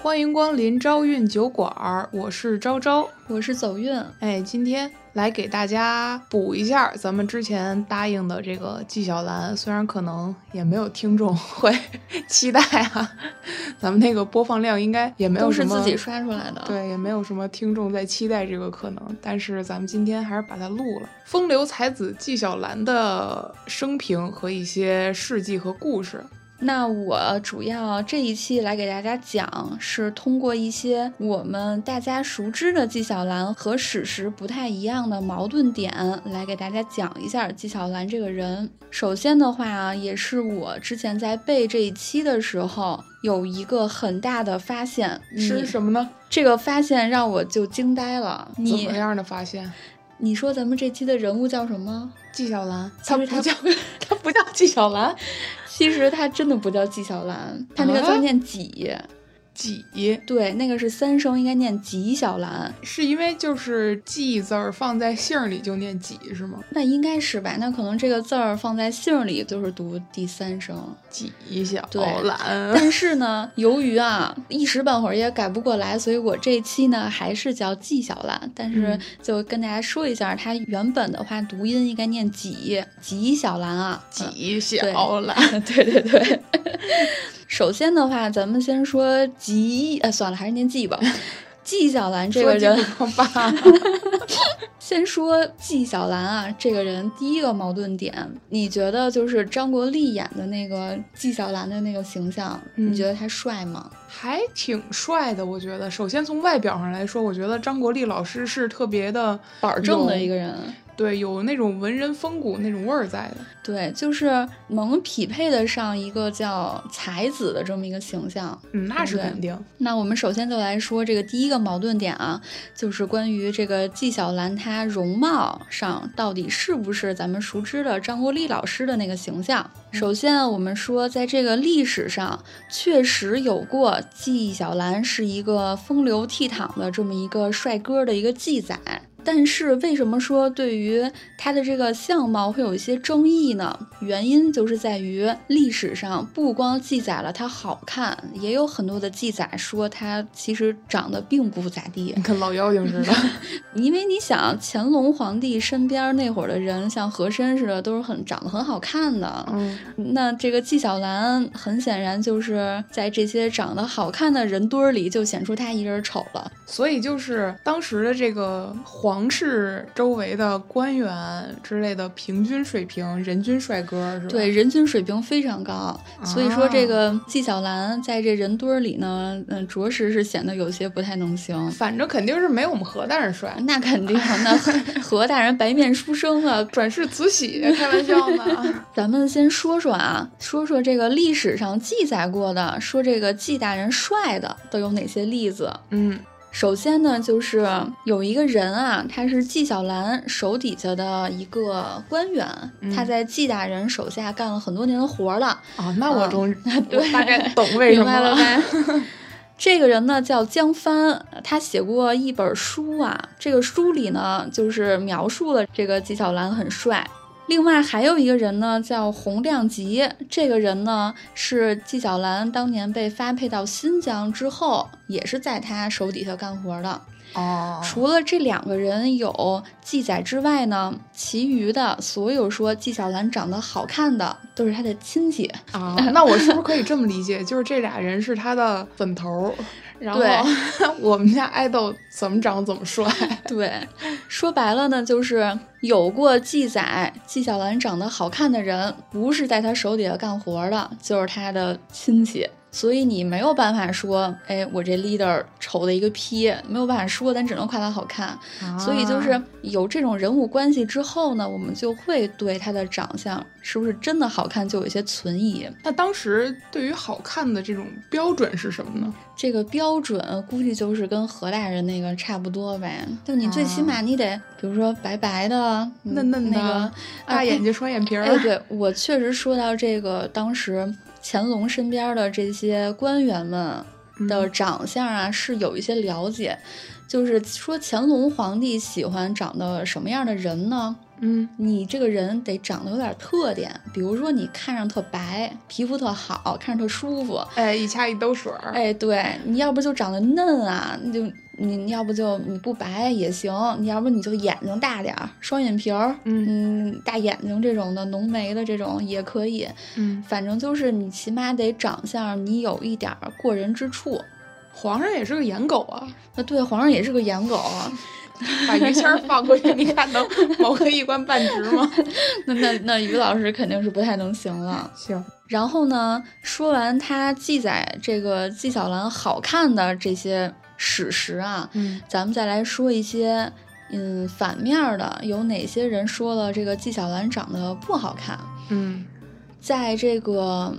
欢迎光临朝韵酒馆，我是昭昭， 我是走韵。 今天来给大家补一下咱们之前答应的这个纪晓岚，虽然可能也没有听众会期待啊，咱们那个播放量应该也没有什么， 都是自己刷出来的， 对，也没有什么听众在期待这个可能，但是咱们今天还是把它录了。风流才子纪晓岚的生平和一些事迹和故事。 那我主要这一期来给大家讲，是通过一些我们大家熟知的纪晓岚和史实不太一样的矛盾点，来给大家讲一下纪晓岚这个人。首先的话也是我之前在背这一期的时候有一个很大的发现。 是什么呢？ 这个发现让我就惊呆了。 怎么样的发现？ 你说咱们这期的人物叫什么？ 纪晓岚。 他不叫纪晓岚， 其实他真的不叫纪晓岚，他那个字念纪。 纪， 对，那个是三声，应该念纪晓岚。 是因为就是纪字儿放在姓里就念纪是吗？ 那应该是吧，那可能这个字儿放在姓里就是读第三声纪晓岚。 但是呢，由于一时半会儿也改不过来，所以我这一期呢还是叫纪晓岚，但是就跟大家说一下，它原本的话读音应该念纪晓岚啊， 纪晓岚。 对。首先的话，咱们先说算了，还是念纪吧。纪晓岚这个人，先说纪晓岚这个人第一个矛盾点，你觉得就是张国立演的那个纪晓岚的那个形象，你觉得他帅吗？ 还挺帅的，我觉得。首先从外表上来说，我觉得张国立老师是特别的板正的一个人。 对，有那种文人风骨那种味儿在的。 对，就是能匹配得上一个叫才子的这么一个形象。 那是肯定。 那我们首先就来说这个第一个矛盾点就是关于这个纪晓岚她容貌上到底是不是咱们熟知的张国立老师的那个形象。首先我们说在这个历史上确实有过纪晓岚是一个风流倜傥的这么一个帅哥的一个记载，但是为什么说对于他的这个相貌会有一些争议呢？原因就是在于历史上不光记载了他好看，也有很多的记载说他其实长得并不咋地， 跟老妖精似的。 因为你想乾隆皇帝身边那会儿的人像和珅似的都是长得很好看的，那这个纪晓岚很显然就是在这些长得好看的人堆里就显出他一人丑了。 所以就是当时的这个皇室周围的官员之类的平均水平，人均帅哥是吧？ 对，人均水平非常高，所以说这个纪晓岚在这人堆里呢，着实是显得有些不太能行。 反正肯定是没我们何大人帅， 那肯定，那何大人白面书生转世慈禧，开玩笑呢。 咱们先说说这个历史上记载过的，说这个纪大人帅的都有哪些例子？首先呢，就是有一个人他是纪晓岚手底下的一个官员，他在纪大人手下干了很多年的活了。 那我大概懂为什么了。 明白了吧？这个人呢叫江帆，他写过一本书这个书里呢就是描述了这个纪晓岚很帅。另外还有一个人呢叫洪亮吉，这个人呢是纪晓岚当年被发配到新疆之后，也是在他手底下干活的。除了这两个人有记载之外呢，其余的所有说纪晓岚长得好看的都是他的亲戚那我是不是可以这么理解，就是这俩人是他的粉头，然后我们家爱豆怎么长怎么帅？ 对，说白了呢，就是有过记载纪晓岚长得好看的人，不是在他手底下干活的，就是他的亲戚。所以你没有办法说，我这 leader 丑的一个批，没有办法说，咱只能夸他好看。所以就是有这种人物关系之后呢，我们就会对他的长相是不是真的好看就有一些存疑。 那当时对于好看的这种标准是什么呢？ 这个标准估计就是跟何大人那个差不多呗，就你最起码你得，比如说白白的、 嫩嫩的、 那个大眼睛、双眼皮儿。 对，我确实说到这个，当时乾隆身边的这些官员们的长相是有一些了解，就是说乾隆皇帝喜欢长得什么样的人呢？ 你这个人得长得有点特点，比如说你看上特白，皮肤特好，看着特舒服， 一掐一兜水儿， 对，你要不就长得嫩啊，你要不就你不白也行，你要不你就眼睛大点儿，双眼皮儿，大眼睛这种的，浓眉的这种也可以，反正就是你起码得长相你有一点过人之处。 皇上也是个颜狗啊， 对，皇上也是个颜狗啊。 把于谦放过去，你看能谋个一官半职吗？ 那于老师肯定是不太能行了。 行。 然后呢，说完他记载这个纪晓岚好看的这些史实啊，咱们再来说一些反面的，有哪些人说了这个纪晓岚长得不好看？在这个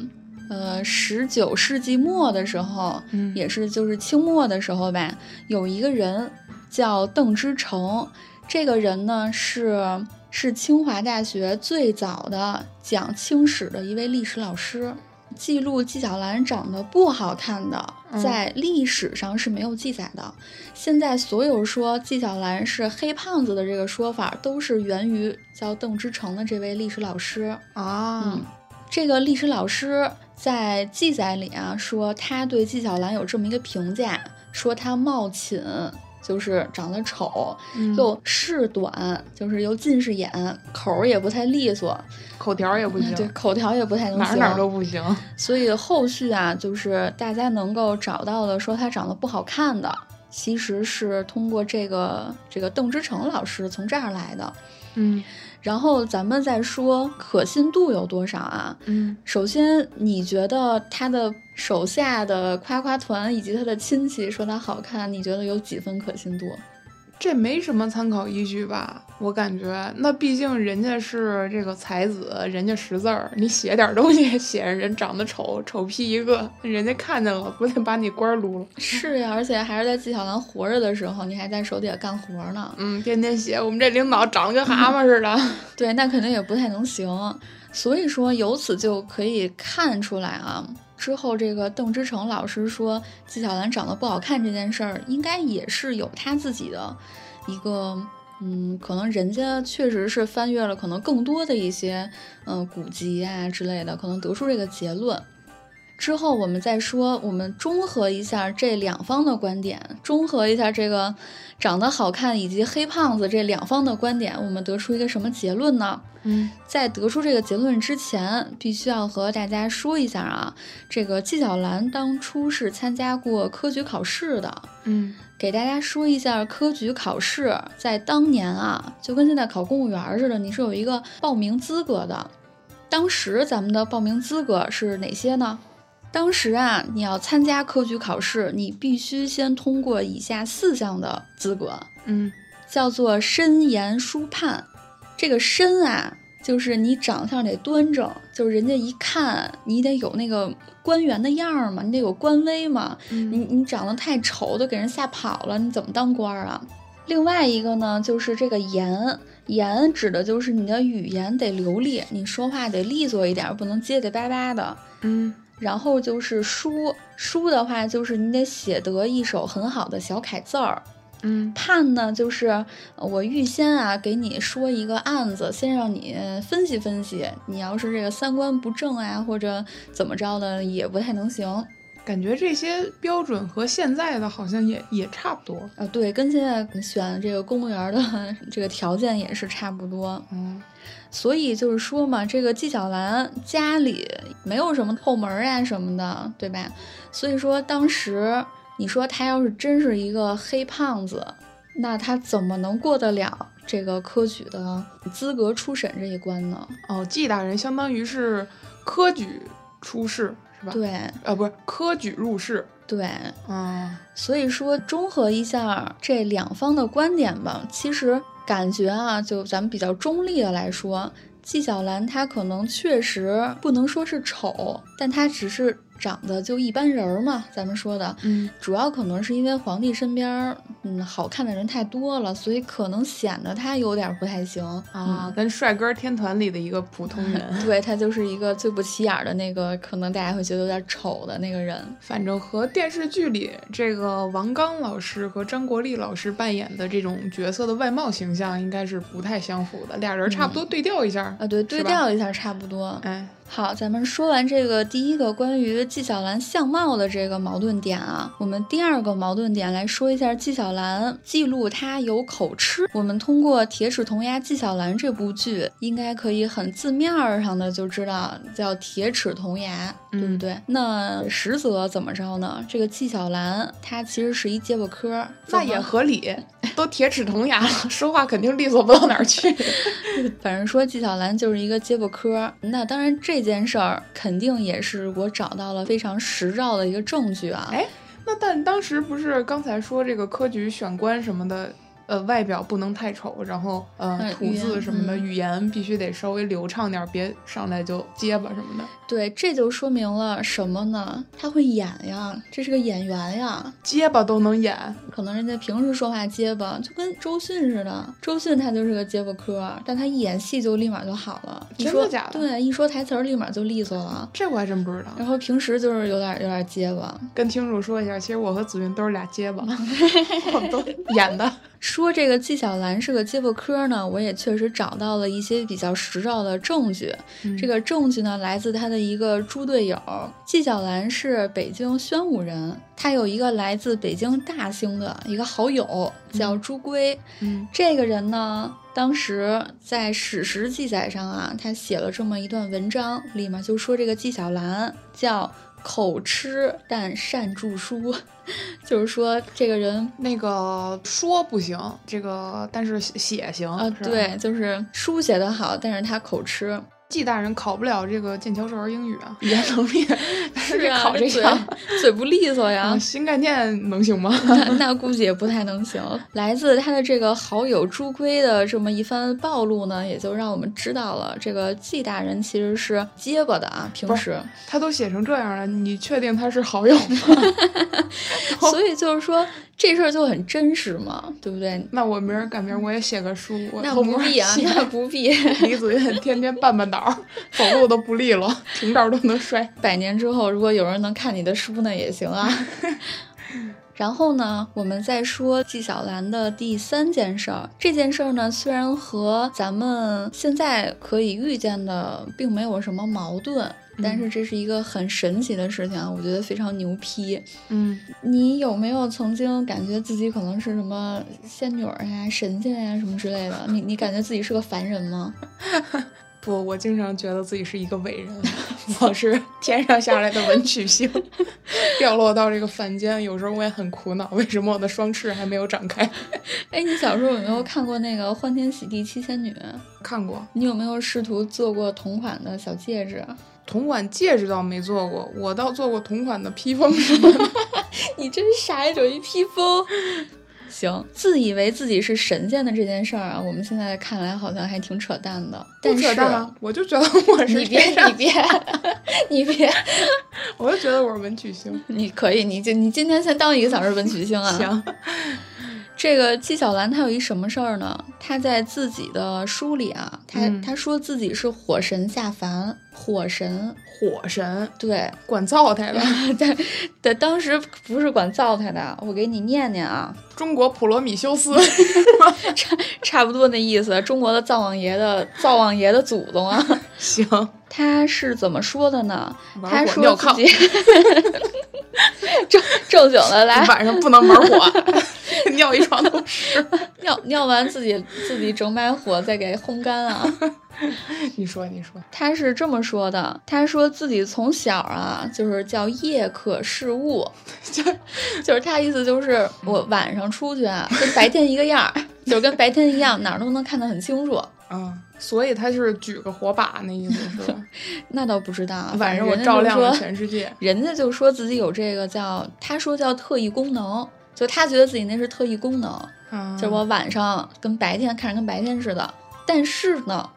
19世纪末的时候，也是就是清末的时候吧，有一个人叫邓之诚，这个人呢是清华大学最早的讲清史的一位历史老师。记录纪晓岚长得不好看的，在历史上是没有记载的。现在所有说纪晓岚是黑胖子的这个说法，都是源于叫邓之诚的这位历史老师啊。这个历史老师在记载里啊，说他对纪晓岚有这么一个评价，说他貌寝，就是长得丑，又视短，就是又近视眼，口也不太利索， 口条也不行， 对，口条也不太能行， 哪都不行。 所以后续啊，就是大家能够找到的说他长得不好看的，其实是通过这个邓之诚老师从这儿来的。然后咱们再说可信度有多少啊？首先你觉得他的手下的夸夸团以及他的亲戚说他好看，你觉得有几分可信度？ 这没什么参考依据吧，我感觉。那毕竟人家是这个才子，人家识字儿，你写点东西写着人长得丑屁一个，人家看见了不得把你官撸了？ 是呀，而且还是在纪晓岚活着的时候，你还在手底下干活呢。 天天写我们这领导长得跟蛤蟆似的。 对，那肯定也不太能行。所以说由此就可以看出来啊，之后这个邓之诚老师说纪晓岚长得不好看这件事儿，应该也是有他自己的一个可能人家确实是翻阅了可能更多的一些古籍啊之类的，可能得出这个结论。之后我们再说，我们综合一下这两方的观点，综合一下这个长得好看以及黑胖子这两方的观点，我们得出一个什么结论呢？在得出这个结论之前，必须要和大家说一下啊，这个纪晓岚当初是参加过科举考试的。给大家说一下科举考试，在当年啊，就跟现在考公务员似的，你是有一个报名资格的。当时咱们的报名资格是哪些呢？当时啊，你要参加科举考试，你必须先通过以下4项的资格，叫做身颜书判。这个身啊，就是你长相得端正，就是人家一看你得有那个官员的样嘛，你得有官威嘛。你长得太丑都给人吓跑了，你怎么当官啊？另外一个呢，就是这个言指的就是你的语言得流利，你说话得利索一点，不能结结巴巴的。然后就是书的话，就是你得写得一手很好的小楷字儿。判呢，就是我预先啊给你说一个案子，先让你分析分析，你要是这个三观不正啊，或者怎么着的，也不太能行。 感觉这些标准和现在的好像也差不多啊。对，跟现在选这个公务员的这个条件也是差不多。所以就是说嘛，这个纪晓岚家里没有什么后门啊什么的，对吧？所以说当时你说他要是真是一个黑胖子，那他怎么能过得了这个科举的资格初审这一关呢？ 纪大人相当于是科举出仕是吧？ 对， 不是科举入仕。 对，所以说综合一下这两方的观点吧，其实感觉啊，就咱们比较中立的来说，纪晓岚他可能确实不能说是丑，但他只是长得就一般人嘛，咱们说的，主要可能是因为皇帝身边好看的人太多了，所以可能显得他有点不太行啊，跟帅哥天团里的一个普通人。 对，他就是一个最不起眼的那个，可能大家会觉得有点丑的那个人。 反正和电视剧里这个王刚老师和张国立老师扮演的这种角色的外貌形象应该是不太相符的，俩人差不多对调一下啊，对，对调一下差不多。 哎， 好，咱们说完这个第一个关于纪晓岚相貌的这个矛盾点啊，我们第二个矛盾点来说一下纪晓岚记录他有口吃。我们通过《铁齿铜牙纪晓岚》这部剧，应该可以很字面上的就知道叫铁齿铜牙，对不对？那实则怎么着呢？这个纪晓岚他其实是一结巴科， 那也合理，都铁齿铜牙了，说话肯定利索不到哪儿去。 反正说纪晓岚就是一个结巴科，那当然这件事儿肯定也是我找到了非常实照的一个证据啊。 哎，那但当时不是刚才说这个科举选官什么的，外表不能太丑，然后吐字什么的语言必须得稍微流畅点，别上来就结巴什么的。 对，这就说明了什么呢？他会演呀，这是个演员呀， 结巴都能演。 可能人家平时说话结巴，就跟周迅似的。周迅他就是个结巴科，但他一演戏就立马就好了。 真的假的？ 对，一说台词立马就利索了。 这我还真不知道。 然后平时就是有点结巴。 跟听众说一下，其实我和子云都是俩结巴，我们都演的。 说这个纪晓岚是个结巴科呢，我也确实找到了一些比较实照的证据。这个证据呢，来自他的一个猪队友。纪晓岚是北京宣武人，他有一个来自北京大兴的一个好友叫朱圭。这个人呢，当时在史实记载上啊，他写了这么一段文章，里面就说这个纪晓岚叫口吃但善著书，就是说这个人那个说不行，这个但是写行啊，对，就是书写得好，但是他口吃。 纪大人考不了这个剑桥少儿英语啊，语言能力是啊， 考这个嘴不利索呀。 新概念能行吗？ 那估计也不太能行。来自他的这个好友朱圭的这么一番暴露呢，也就让我们知道了这个纪大人其实是结巴的啊。平时他都写成这样了，你确定他是好友吗？ 所以就是说这事儿就很真实嘛，对不对？ 那我明儿赶明儿我也写个书， 那不必啊，那不必。 李子云天天绊绊倒，走路都不利落，停道都能摔。 100年之后，如果有人能看你的书呢，也行啊。然后呢，我们再说纪晓岚的第3件事儿。这件事儿呢，虽然和咱们现在可以预见的并没有什么矛盾，但是这是一个很神奇的事情啊，我觉得非常牛批。你有没有曾经感觉自己可能是什么仙女啊、神仙啊什么之类的？你感觉自己是个凡人吗？ 不，我经常觉得自己是一个伟人，我是天上下来的文曲星，掉落到这个凡间。有时候我也很苦恼，为什么我的双翅还没有展开？ 哎，你小时候有没有看过那个《欢天喜地七仙女》？ 看过。 你有没有试图做过同款的小戒指？ 同款戒指倒没做过，我倒做过同款的披风什么的。 你真傻，有一披风。行，自以为自己是神仙的这件事儿啊，我们现在看来好像还挺扯淡的。 不扯淡啊，我就觉得我是你别， 我就觉得我是文曲星。 你可以，你今天先当1个小时文曲星啊。 行。 这个纪晓岚他有一什么事儿呢？他在自己的书里啊，他说自己是火神下凡。火神， 对，管灶台的。 对，当时不是管灶台的，我给你念念啊。 中国普罗米修斯， 差不多那意思。中国的灶王爷的祖宗啊。 行， 他是怎么说的呢？他说自己正经的来， 晚上不能玩火，尿一床都是。 尿完自己整把火再给烘干啊。 你说， 他是这么说的，他说自己从小啊，就是叫夜可视物，就是他意思就是我晚上出去啊，跟白天一个样，就跟白天一样，哪儿都能看得很清楚。 所以他是举个火把那意思是吧？ 那倒不知道， 反正我照亮了全世界。 人家就说自己有这个他说叫特异功能，就他觉得自己那是特异功能，就是我晚上跟白天看着跟白天似的。但是呢，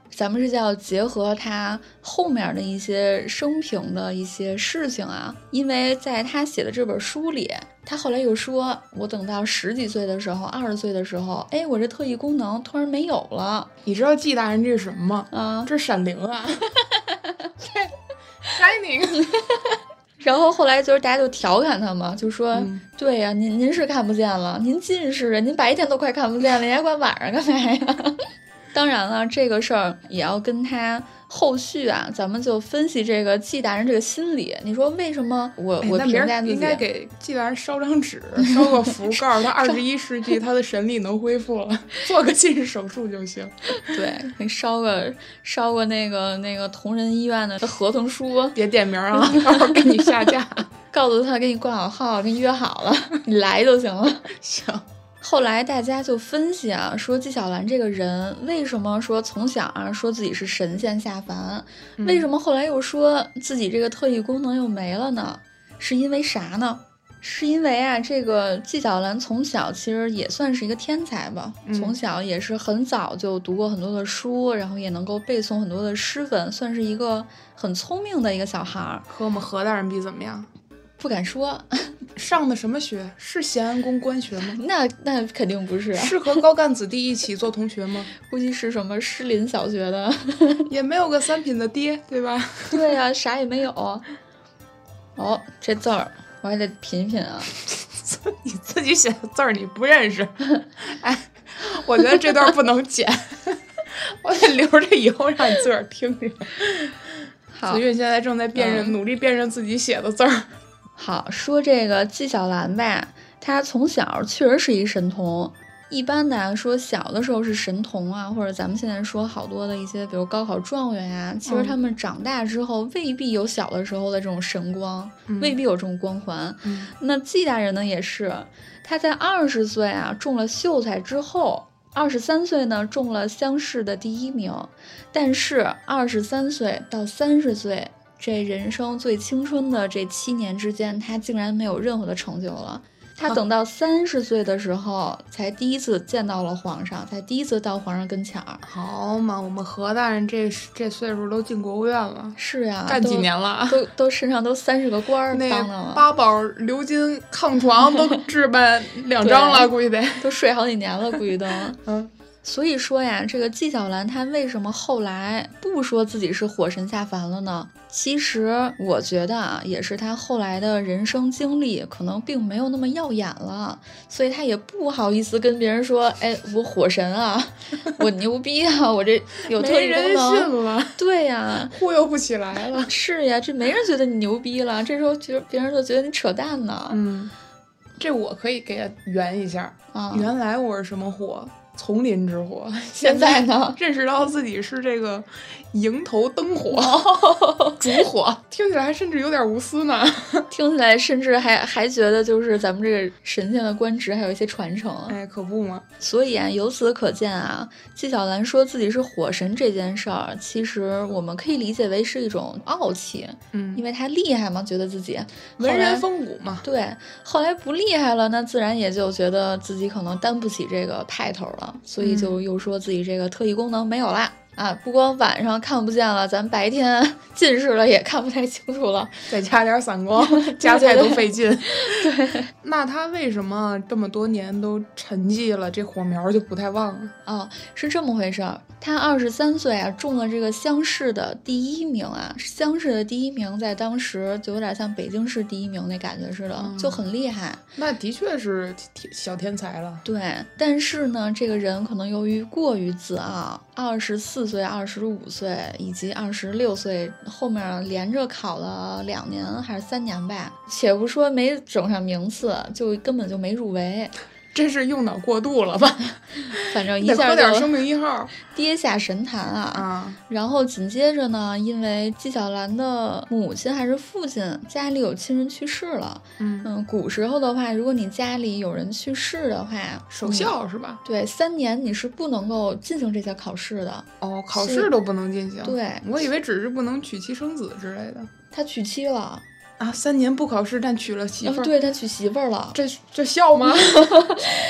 咱们是要结合他后面的一些生平的一些事情啊，因为在他写的这本书里，他后来又说，我等到10几岁的时候，20岁的时候，哎，我这特异功能突然没有了。 你知道季大人这是什么吗？ 啊， 这是闪灵啊！这 Shining。 然后后来就是大家就调侃他嘛，就说，对呀，您是看不见了，您近视啊，您白天都快看不见了，您还管晚上干嘛呀？当然了，这个事儿也要跟他后续啊，咱们就分析这个季大人这个心理。你说为什么我评价自己？ 应该给季大人烧张纸，烧个符，告诉他21世纪他的神力能恢复了，做个近视手术就行。 对，你烧个那个同仁医院的合同书， 别点名啊，到时候给你下架。 告诉他给你挂好号，给你约好了，你来就行了。 行。 后来大家就分析啊，说纪晓岚这个人为什么说从小啊说自己是神仙下凡，为什么后来又说自己这个特异功能又没了呢？是因为啥呢？是因为啊，这个纪晓岚从小其实也算是一个天才吧，从小也是很早就读过很多的书，然后也能够背诵很多的诗文，算是一个很聪明的一个小孩。 和我们何大人比怎么样？ 不敢说。 上的什么学？是咸安宫官学吗？ 那肯定不是。 是和高干子弟一起做同学吗？ 估计是什么士林小学的。 也没有个三品的爹，对吧？ 对呀，啥也没有。哦，这字儿我还得品品啊。 你自己写的字儿你不认识？哎，我觉得这段不能剪，我得留着以后让你自个儿听听。子韵现在正在努力辨认自己写的字儿。 好，说这个纪晓岚吧，他从小确实是一神童。一般的说小的时候是神童啊，或者咱们现在说好多的一些比如高考状元呀，其实他们长大之后未必有小的时候的这种神光，未必有这种光环。那纪大人呢也是，他在20岁啊中了秀才之后，23岁呢中了乡试的第1名，但是23岁到30岁这人生最青春的这7年之间，他竟然没有任何的成就了。他等到30岁的时候，才第一次见到了皇上，才第一次到皇上跟前儿。 好嘛，我们何大人这岁数都进国务院了。 是呀， 干几年了？ 都身上都30个官儿当了。 八宝鎏金炕床都置办2张了，估计得都睡好几年了，估计都。所以说呀，这个纪晓岚他为什么后来不说自己是火神下凡了呢？其实我觉得啊，也是他后来的人生经历可能并没有那么耀眼了，所以他也不好意思跟别人说，哎，我火神啊，我牛逼啊，我这有特异功能。 没人信了。 对呀， 忽悠不起来了。 是呀，这没人觉得你牛逼了，这时候别人就觉得你扯淡呢。 这我可以给他圆一下啊， 原来我是什么火？丛林之火， 现在呢认识到自己是这个迎头灯火，烛火，听起来甚至有点无私呢。 听起来甚至还觉得就是咱们这个神仙的官职还有一些传承。 哎，可不嘛。 所以啊，由此可见啊，纪晓岚说自己是火神这件事儿，其实我们可以理解为是一种傲气，因为他厉害嘛，觉得自己文人风骨嘛。 对，后来不厉害了，那自然也就觉得自己可能担不起这个派头了。所以就又说自己这个特异功能没有啦。啊，不光晚上看不见了，咱白天近视了也看不太清楚了， 再加点散光，夹菜都费劲。 对， 那他为什么这么多年都沉寂了，这火苗就不太旺了？ 哦，是这么回事儿。他23岁啊，中了这个乡试的第1名啊，乡试的第1名在当时就有点像北京市第1名那感觉似的，就很厉害。 那的确是小天才了。 对，但是呢，这个人可能由于过于自傲，24岁、25岁以及26岁后面连着考了2年还是3年吧，且不说没整上名次，就根本就没入围。 真是用脑过度了吧？ 反正一下就点生命1号， 跌下神坛啊！然后紧接着呢，因为纪晓岚的母亲还是父亲家里有亲人去世了，古时候的话，如果你家里有人去世的话， 守孝是吧？ 对，3年你是不能够进行这些考试的。 哦，考试都不能进行？ 对， 我以为只是不能娶妻生子之类的。 他娶妻了。 啊，3年不考试，但娶了媳妇儿。 对，他娶媳妇儿了。 这孝吗？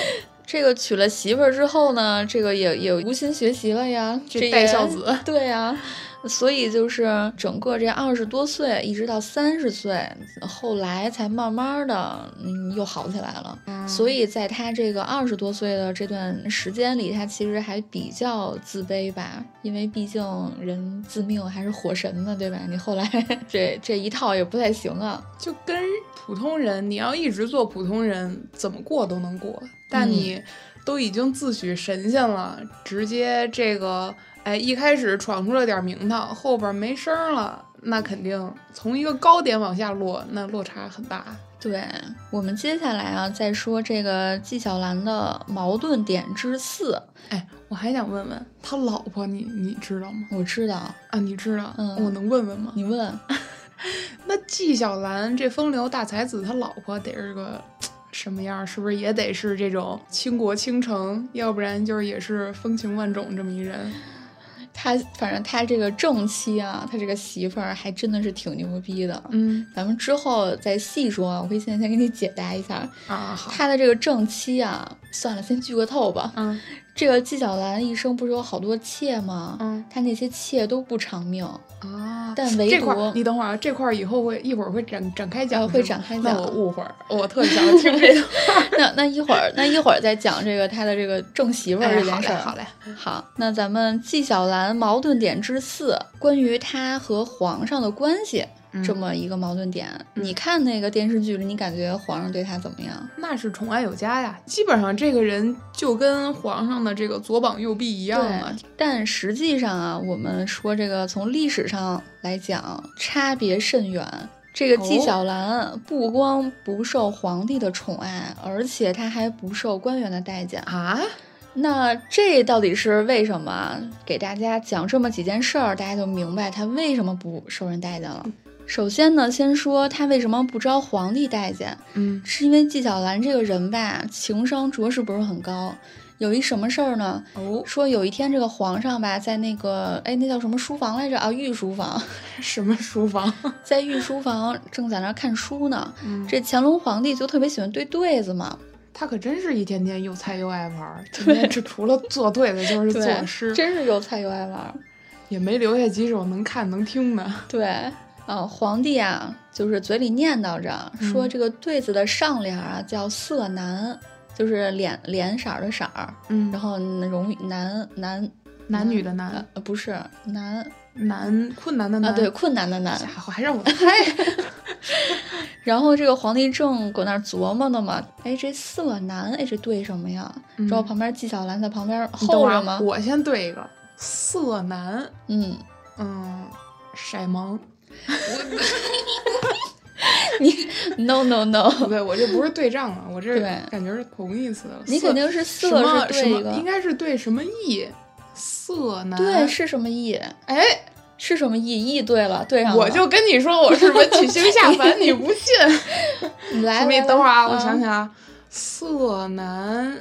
这个娶了媳妇儿之后呢，这个也无心学习了呀，这带孝子。 对呀。所以就是整个这20多岁一直到30岁，后来才慢慢的又好起来了。所以在他这个20多岁的这段时间里，他其实还比较自卑吧，因为毕竟人自命还是火神呢，对吧？你后来这一套也不太行啊。 就跟普通人，你要一直做普通人，怎么过都能过，但你都已经自诩神仙了，直接这个一开始闯出了点名堂，后边没声了，那肯定从一个高点往下落，那落差很大。 对，我们接下来啊再说这个纪晓岚的矛盾点之4。 我还想问问他老婆你知道吗？ 我知道啊，你知道？我能问问吗？ 你问。 那纪晓岚这风流大才子，他老婆得是个什么样？是不是也得是这种倾国倾城，要不然就是也是风情万种这么一人？ 反正他这个正妻啊，他这个媳妇儿还真的是挺牛逼的。咱们之后再细说啊，我可以现在先给你解答一下啊。好， 他的这个正妻啊，算了，先剧个透吧。这个纪晓岚一生不是有好多妾吗？他那些妾都不长命啊， 但唯独这块你等会儿，这块以后一会儿会展开讲， 会展开讲。 那我误会儿，我特想听这个。 那一会儿再讲这个他的这个正媳妇儿这件事儿。 好嘞。 好，那咱们纪晓岚矛盾点之4，关于他和皇上的关系。这么一个矛盾点，你看那个电视剧里，你感觉皇上对他怎么样？ 那是宠爱有加呀，基本上这个人就跟皇上的这个左膀右臂一样了。 但实际上啊，我们说这个从历史上来讲，差别甚远。这个纪晓岚不光不受皇帝的宠爱，而且他还不受官员的待见啊。 那这到底是为什么？给大家讲这么几件事儿，大家就明白他为什么不受人待见了。首先呢，先说他为什么不招皇帝待见，是因为纪晓岚这个人吧，情商着实不是很高。有一什么事儿呢？说有一天这个皇上吧，在那个那叫什么书房来着啊？御书房。 什么书房？ 在御书房正在那看书呢。这乾隆皇帝就特别喜欢对对子嘛。 他可真是一天天又菜又爱玩，天天这除了做对子就是作诗， 真是又菜又爱玩， 也没留下几首能看能听的。 对。皇帝啊，就是嘴里念叨着说这个对子的上联啊叫色难，就是脸色的色儿，然后男女的男，不是难困难的难对， 困难的难， 还让我猜。 然后这个皇帝正搁那琢磨呢嘛，这色难，这对什么呀？之后旁边纪晓岚在旁边候着嘛， 我先对一个色难，色盲。 你 no 不对，我这不是对仗啊，我这感觉是同义词。 你肯定是色是对一个， 应该是对什么义？色难对是什么义？是什么义？义对了，对上了。 我就跟你说我是文曲星下凡，你不信？ 你来， 等会儿啊，我想想啊，色难，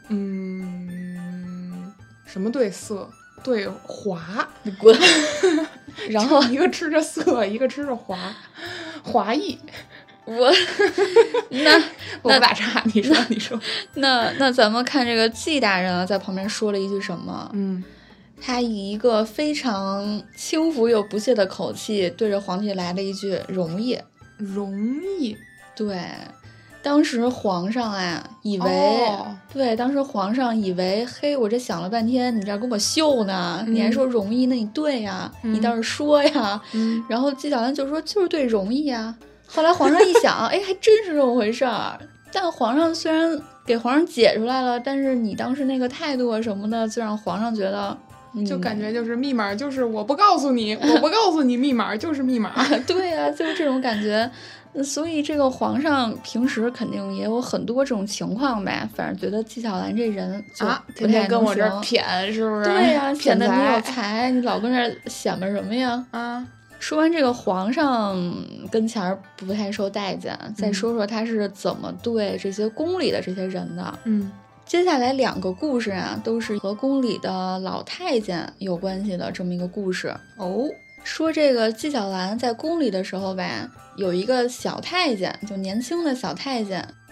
什么对色？对华， 你滚。然后一个吃着色，一个吃着华裔。 我不打岔，你说。 那咱们看这个纪大人啊，在旁边说了一句什么？他以一个非常轻浮又不屑的口气对着皇帝来了一句：“容易。”对。当时皇上啊，以为当时皇上以为，嘿，我这想了半天，你这跟我秀呢，你还说容易，那你对呀，你倒是说呀。然后纪晓岚就说就是对容易呀。后来皇上一想，还真是这么回事儿。但皇上虽然给皇上解出来了，但是你当时那个态度啊什么的，就让皇上觉得， 就感觉就是密码就是我不告诉你，密码就是密码。 对呀，就是这种感觉。所以这个皇上平时肯定也有很多这种情况呗，反正觉得纪晓岚这人就天天跟我这儿谝，是不是？ 对呀，显得你有才，你老跟这儿显摆什么呀？说完这个皇上跟前儿不太受待见，再说说他是怎么对这些宫里的这些人的。接下来2个故事啊，都是和宫里的老太监有关系的这么一个故事。说这个纪晓岚在宫里的时候吧，有一个小太监，就年轻的小太监，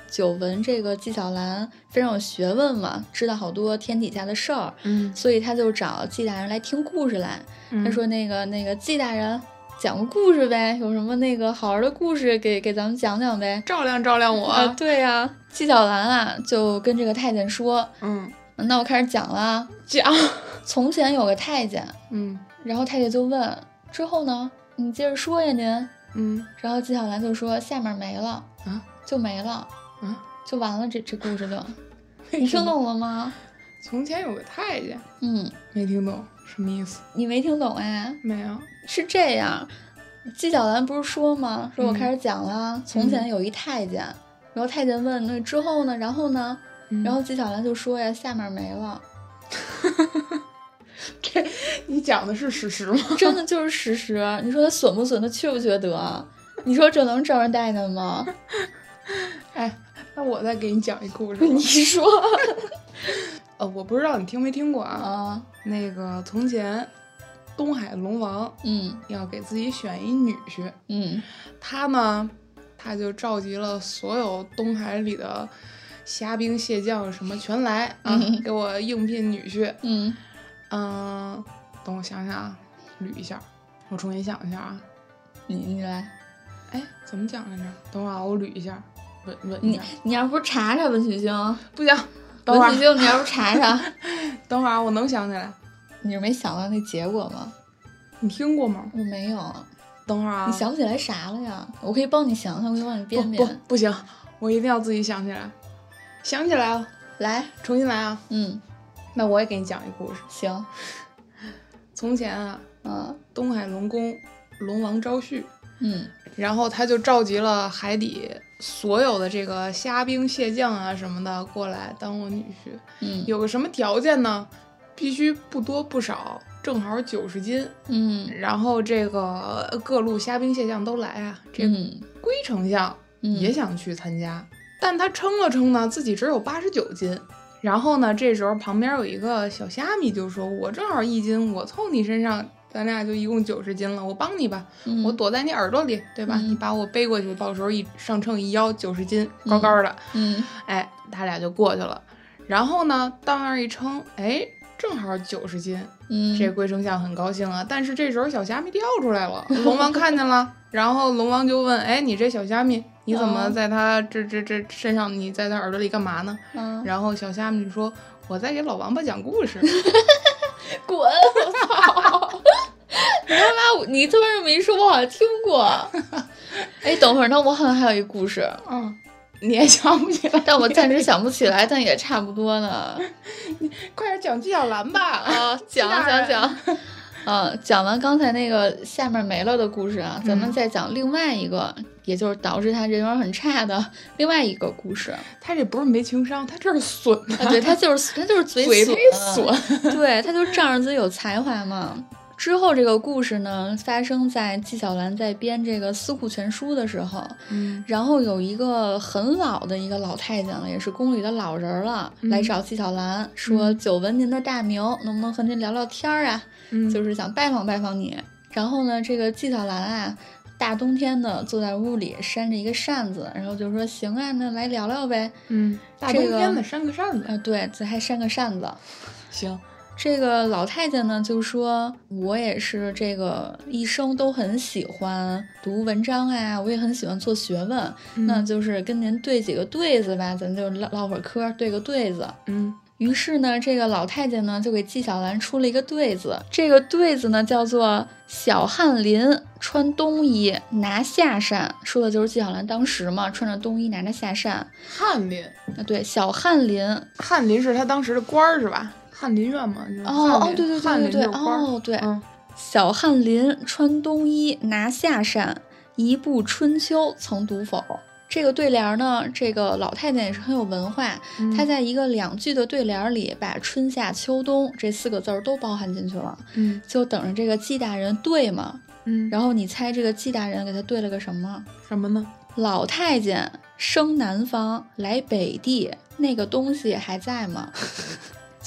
久闻这个纪晓岚非常有学问嘛，知道好多天底下的事儿，所以他就找纪大人来听故事来。他说那个纪大人讲个故事呗，有什么那个好玩的故事给咱们讲讲呗， 照亮照亮我。 对呀，纪晓岚啊就跟这个太监说，那我开始讲了。 讲， 从前有个太监，然后太监就问，之后呢？你接着说呀您。然后纪晓岚就说下面没了啊，就没了啊，就完了这故事就。你听懂了吗？ 从前有个太监，没听懂什么意思？ 你没听懂哎？ 没有， 是这样，纪晓岚不是说吗？说我开始讲了，从前有一太监，然后太监问那之后呢？然后呢？然后纪晓岚就说呀，下面没了。 这你讲的是事实吗？ 真的就是事实。你说他损不损？他缺不缺德？你说这能招人待见吗？ 哎，那我再给你讲一故事。 你说。 我不知道你听没听过啊？那个从前东海龙王，要给自己选一女婿，他就召集了所有东海里的虾兵蟹将什么全来啊，给我应聘女婿。等我想想啊，捋一下，我重新想一下啊。 你来。 哎，怎么讲来着？等会儿啊，我捋一下，稳一下。 你要不查查文曲星？ 不行，等会儿。 文曲星，你要不查查？ 等会儿啊，我能想起来。 你是没想到那结果吗？ 你听过吗？ 我没有。 等会儿啊。 你想不起来啥了呀？我可以帮你想想，我可以帮你编编。 不行，我一定要自己想起来。想起来了， 来， 重新来啊。那我也给你讲一故事。 行。 从前东海龙宫龙王昭旭，然后他就召集了海底所有的这个虾兵蟹将啊什么的过来当我女婿。有个什么条件呢？必须不多不少，正好90斤。然后这个各路虾兵蟹将都来啊。这龟丞相也想去参加，但他称了称呢，自己只有89斤。然后呢，这时候旁边有一个小虾米就说，我正好1斤，我凑你身上，咱俩就一共90斤了，我帮你吧，我躲在你耳朵里，对吧？你把我背过去，到时候一上秤一腰90斤，高高的。哎，他俩就过去了。然后呢，到那儿一称，哎，正好90斤。这龟丞相很高兴啊。但是这时候小虾米掉出来了，龙王看见了，然后龙王就问，哎，你这小虾米，你怎么在他这身上，你在他耳朵里干嘛呢？然后小虾米就说，我在给老王八讲故事。 滚！我操！你他妈，你突然这么一说，我好像听过。哎，等会儿，那我好像还有一故事。 你也想不起来， 但我暂时想不起来，但也差不多呢。 你快点讲纪晓岚吧。 讲。讲完刚才那个下面没了的故事啊，咱们再讲另外一个，也就是导致他人缘很差的另外一个故事。 他这不是没情商，他这是损对，他就是嘴损。 对，他就仗着自己有才华嘛。之后这个故事呢，发生在纪晓岚在编这个《四库全书》的时候，然后有一个很老的一个老太监了，也是宫里的老人了，来找纪晓岚说，久闻您的大名，能不能和您聊聊天啊？就是想拜访拜访你。然后呢，这个纪晓岚啊，大冬天的坐在屋里扇着一个扇子，然后就说行啊，那来聊聊呗。 大冬天的扇个扇子对，这还扇个扇子。 行。 这个老太监呢就说，我也是这个一生都很喜欢读文章啊，我也很喜欢做学问，那就是跟您对几个对子吧，咱就唠会儿嗑，对个对子。于是呢，这个老太监呢就给纪晓岚出了一个对子，这个对子呢叫做小翰林穿冬衣拿夏扇，说的就是纪晓岚当时嘛，穿着冬衣拿着夏扇。 翰林对，小翰林， 翰林是他当时的官儿是吧？翰林院嘛， 对，小翰林穿冬衣拿夏扇，一部春秋曾读否？这个对联呢，这个老太太也是很有文化，她在一个2句的对联里，把春夏秋冬这4个字都包含进去了。就等着这个纪大人对嘛。然后你猜这个纪大人给他对了个什么？ 什么呢？ 老太监生南方来北地，那个东西还在吗？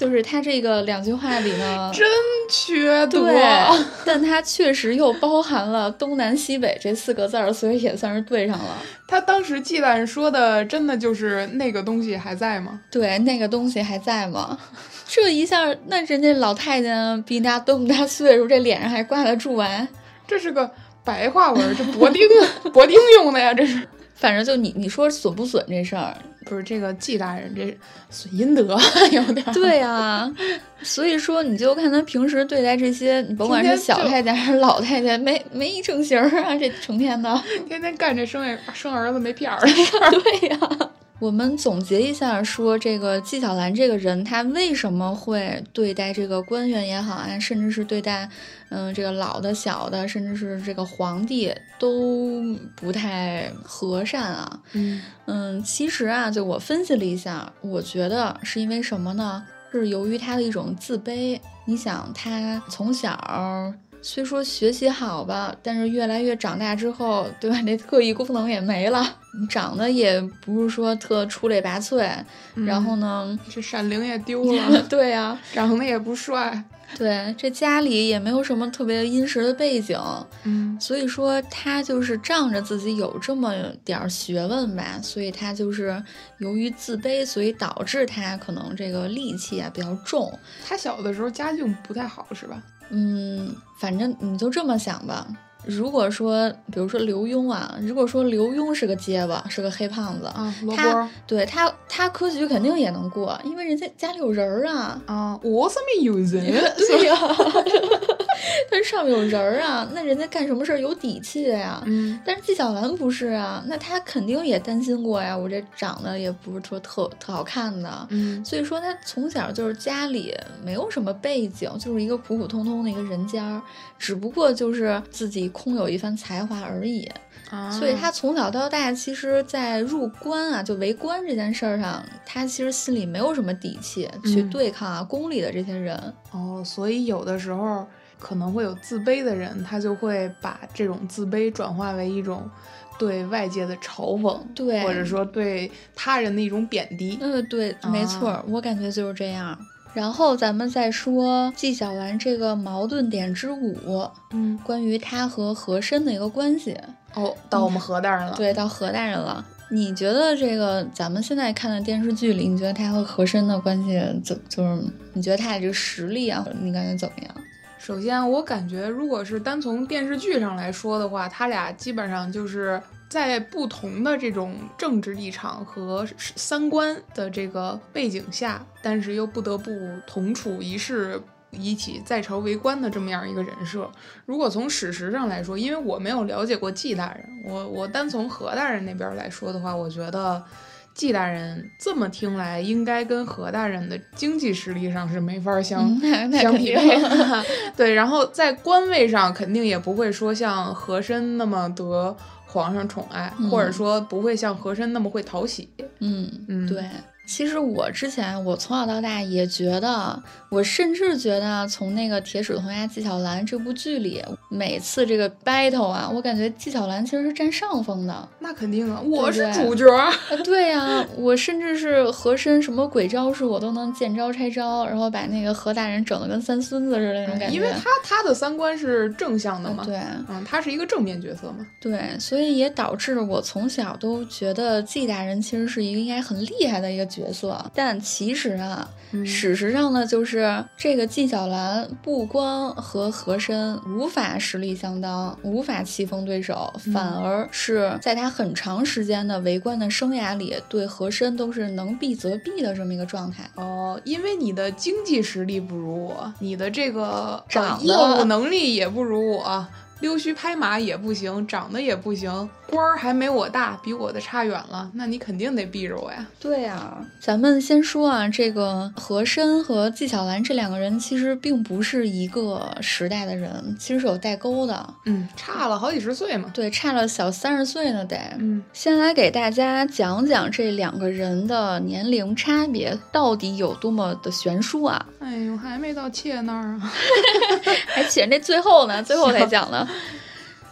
就是他这个2句话里呢， 真缺德。 对，但他确实又包含了东南西北这4个字儿，所以也算是对上了。 他当时忌惮说的真的就是那个东西还在吗？ 对，那个东西还在吗？这一下，那人家老太监比那多么大岁数，这脸上还挂得住啊？ 这是个白话文，这博丁用的呀，这是。 反正就你说损不损这事儿， 不是这个季大人这损阴德有点。 对啊，所以说你就看他平时对待这些，你甭管是小太监还是老太监，没一正形啊，这成天的， 天天干这生儿子没屁眼儿的事儿。 对呀。我们总结一下，说这个纪晓岚这个人，他为什么会对待这个官员也好啊，甚至是对待这个老的、小的，甚至是这个皇帝都不太和善啊。其实啊，就我分析了一下，我觉得是因为什么呢？是由于他的一种自卑。你想，他从小虽说学习好吧，但是越来越长大之后，对吧？这特异功能也没了，长得也不是说特出类拔萃，然后呢， 这闪灵也丢了， 对呀， 长得也不帅， 对，这家里也没有什么特别殷实的背景，所以说他就是仗着自己有这么点学问吧，所以他就是由于自卑，所以导致他可能这个戾气啊比较重。 他小的时候家境不太好，是吧？ 反正你就这么想吧。如果说，比如说刘墉啊，如果说刘墉是个结巴，是个黑胖子啊，罗锅， 对他科举肯定也能过，因为人家家里有人儿啊。 我上面有人， 对呀，他上面有人儿啊，那人家干什么事儿有底气的呀。但是纪晓岚不是啊，那他肯定也担心过呀，我这长得也不是说特好看的，所以说他从小就是家里没有什么背景，就是一个普普通通的一个人家，只不过就是自己空有一番才华而已。所以他从小到大，其实在入关啊，就为官这件事儿上，他其实心里没有什么底气去对抗宫里的这些人。 所以有的时候可能会有自卑的人，他就会把这种自卑转化为一种对外界的嘲讽， 对， 或者说对他人的一种贬低。 对，没错，我感觉就是这样。然后咱们再说纪晓岚这个矛盾点之5，关于他和和珅的一个关系。 到我们何大人了。 对，到何大人了。你觉得这个咱们现在看的电视剧里，你觉得他和和珅的关系就是你觉得他的这个实力啊，你感觉怎么样？ 首先我感觉如果是单从电视剧上来说的话，他俩基本上就是在不同的这种政治立场和三观的这个背景下，但是又不得不同处一室，一起在朝为官的这么样一个人设。如果从史实上来说，因为我没有了解过纪大人，我单从何大人那边来说的话，我觉得纪大人这么听来应该跟何大人的经济实力上是没法相匹配的。对，然后在官位上肯定也不会说像和珅那么得皇上宠爱，或者说不会像和珅那么会讨喜。 对。其实我之前我从小到大也觉得，我甚至觉得从那个《铁齿铜牙纪晓岚》这部剧里，每次这个 battle 啊，我感觉纪晓岚其实是占上风的。 那肯定啊，我是主角。 对呀，我甚至是和珅什么鬼招式我都能见招拆招，然后把那个何大人整得跟三孙子似的那种感觉。 因为他的三观是正向的嘛。 对， 他是一个正面角色嘛。 对，所以也导致我从小都觉得纪大人其实是一个应该很厉害的一个角色。但其实啊，事实上呢，就是这个纪晓岚不光和和珅无法实力相当，无法棋逢对手，反而是在他很长时间的为官的生涯里，对和珅都是能避则避的这么一个状态。 因为你的经济实力不如我，你的这个业务能力也不如我，溜须拍马也不行，长得也不行，官儿还没我大，比我的差远了，那你肯定得避着我呀。 对呀，咱们先说啊，这个和珅和纪晓岚这两个人其实并不是一个时代的人，其实是有代沟的。 差了好几十岁嘛。 对，差了小30岁呢得。先来给大家讲讲这两个人的年龄差别到底有多么的悬殊啊。 哎呦，还没到妾那儿啊。 还且那最后呢，最后才讲呢。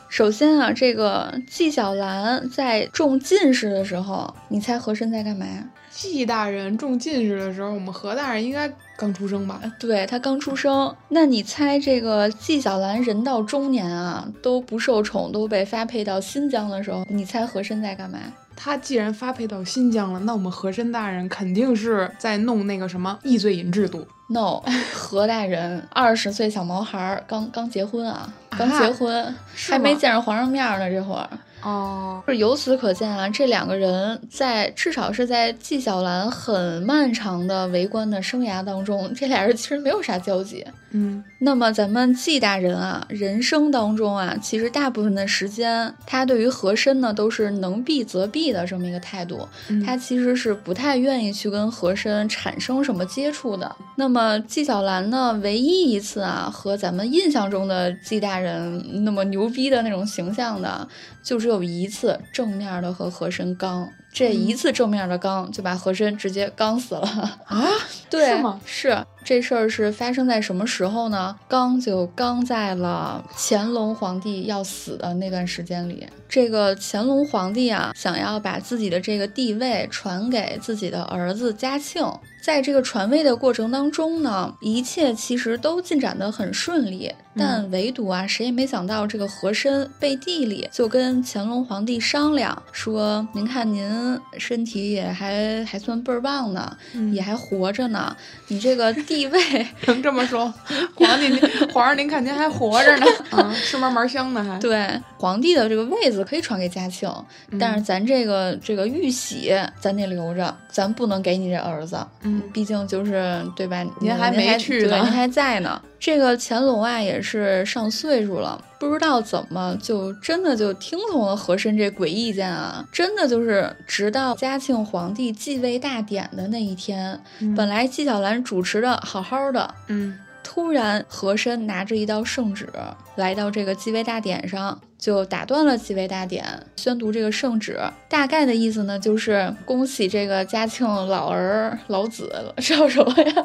首先啊，这个纪晓岚在中进士的时候，你猜和珅在干嘛呀？ 纪大人中进士的时候，我们何大人应该刚出生吧？ 对，他刚出生。那你猜这个纪晓岚人到中年啊，都不受宠，都被发配到新疆的时候，你猜和珅在干嘛？ 他既然发配到新疆了，那我们和珅大人肯定是在弄那个什么易罪引制度。 No， 何大人20岁小毛孩，刚结婚啊，刚结婚，还没见着皇上面呢，这会儿。 哦， 是由此可见啊，这两个人至少是在纪晓岚很漫长的为官的生涯当中，这俩人其实没有啥交集。那么咱们纪大人啊，人生当中啊，其实大部分的时间，他对于和珅呢都是能避则避的这么一个态度，他其实是不太愿意去跟和珅产生什么接触的。那么纪晓岚呢，唯一一次啊和咱们印象中的纪大人那么牛逼的那种形象的，就只有一次正面的和和珅刚。这一次正面的刚就把和珅直接刚死了啊？ 对， 是吗？ 是。这事儿是发生在什么时候呢？刚在了乾隆皇帝要死的那段时间里。这个乾隆皇帝啊，想要把自己的这个地位传给自己的儿子嘉庆。在这个传位的过程当中呢，一切其实都进展得很顺利，但唯独啊，谁也没想到这个和珅背地里就跟乾隆皇帝商量说：“您看您身体也还算倍儿棒呢，也还活着呢，你这个地位能这么说，皇上您看您还活着呢，是慢慢香呢还。 对，皇帝的这个位子可以传给嘉庆，但是咱这个玉玺咱得留着，咱不能给你这儿子。毕竟就是对吧？ 您还没去呢， 对，您还在呢。这个乾隆啊，也是上岁数了，不知道怎么就真的就听从了和珅这诡意见啊！真的就是直到嘉庆皇帝继位大典的那一天，本来纪晓岚主持的好好的，突然和珅拿着一道圣旨来到这个继位大典上，就打断了继位大典，宣读这个圣旨。大概的意思呢，就是恭喜这个嘉庆老子叫什么呀？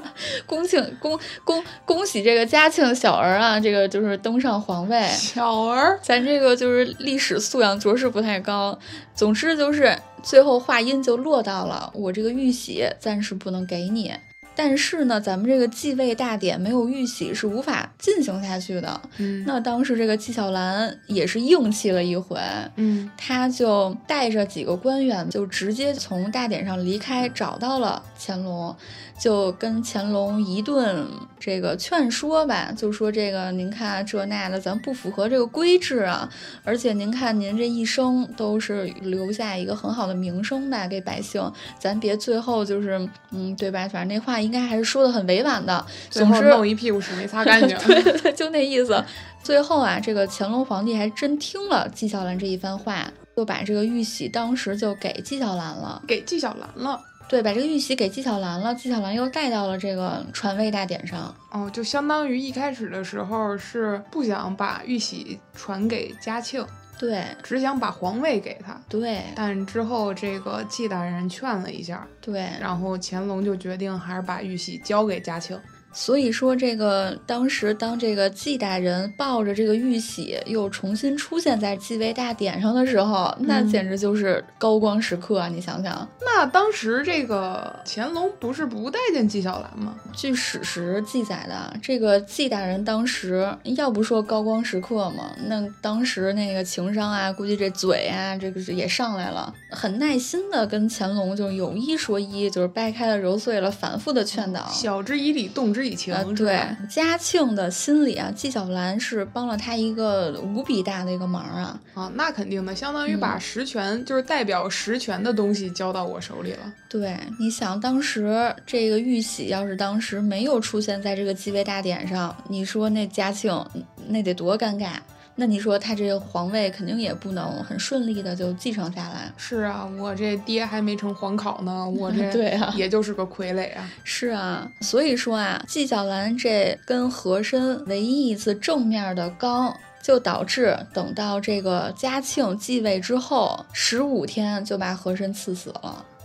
恭喜这个嘉庆小儿啊，这个就是登上皇位。 小儿， 咱这个就是历史素养着实不太高。总之就是最后话音就落到了，我这个玉玺暂时不能给你。但是呢，咱们这个继位大典没有玉玺是无法进行下去的。那当时这个纪晓岚也是硬气了一回，他就带着几个官员，就直接从大典上离开，找到了乾隆，就跟乾隆一顿这个劝说吧，就说这个您看这那的，咱不符合这个规制啊，而且您看您这一生都是留下一个很好的名声吧，给百姓，咱别最后就是对吧？反正那话应该还是说的很委婉的， 最后弄一屁股屎没擦干净。 对对对，就那意思。最后啊，这个乾隆皇帝还真听了纪晓岚这一番话，就把这个玉玺当时就给纪晓岚了。 给纪晓岚了。 对，把这个玉玺给纪晓岚了，纪晓岚又带到了这个传位大典上。 哦，就相当于一开始的时候是不想把玉玺传给嘉庆， 对， 只想把皇位给他。 对， 但之后这个纪大人劝了一下， 对， 然后乾隆就决定还是把玉玺交给嘉庆。 所以说，这个当时当这个纪大人抱着这个玉玺又重新出现在继位大典上的时候，那简直就是高光时刻啊！你想想， 那当时这个乾隆不是不待见纪晓岚吗？ 据史实记载的，这个纪大人当时要不说高光时刻嘛，那当时那个情商啊，估计这嘴啊，这个也上来了，很耐心的跟乾隆就有一说一，就是掰开了揉碎了，反复的劝导， 晓之以理，动之以情。 对，嘉庆的心里啊，纪晓岚是帮了他一个无比大的一个忙啊。 那肯定的，相当于把实权，就是代表实权的东西交到我手里了。 对，你想当时这个玉玺要是当时没有出现在这个继位大典上，你说那嘉庆那得多尴尬。那你说他这个皇位肯定也不能很顺利的就继承下来。 是啊，我这爹还没成皇考呢，我这对啊， 也就是个傀儡啊。 是啊，所以说啊，纪晓岚这跟和珅唯一一次正面的刚，就导致等到这个嘉庆继位之后15天就把和珅赐死了。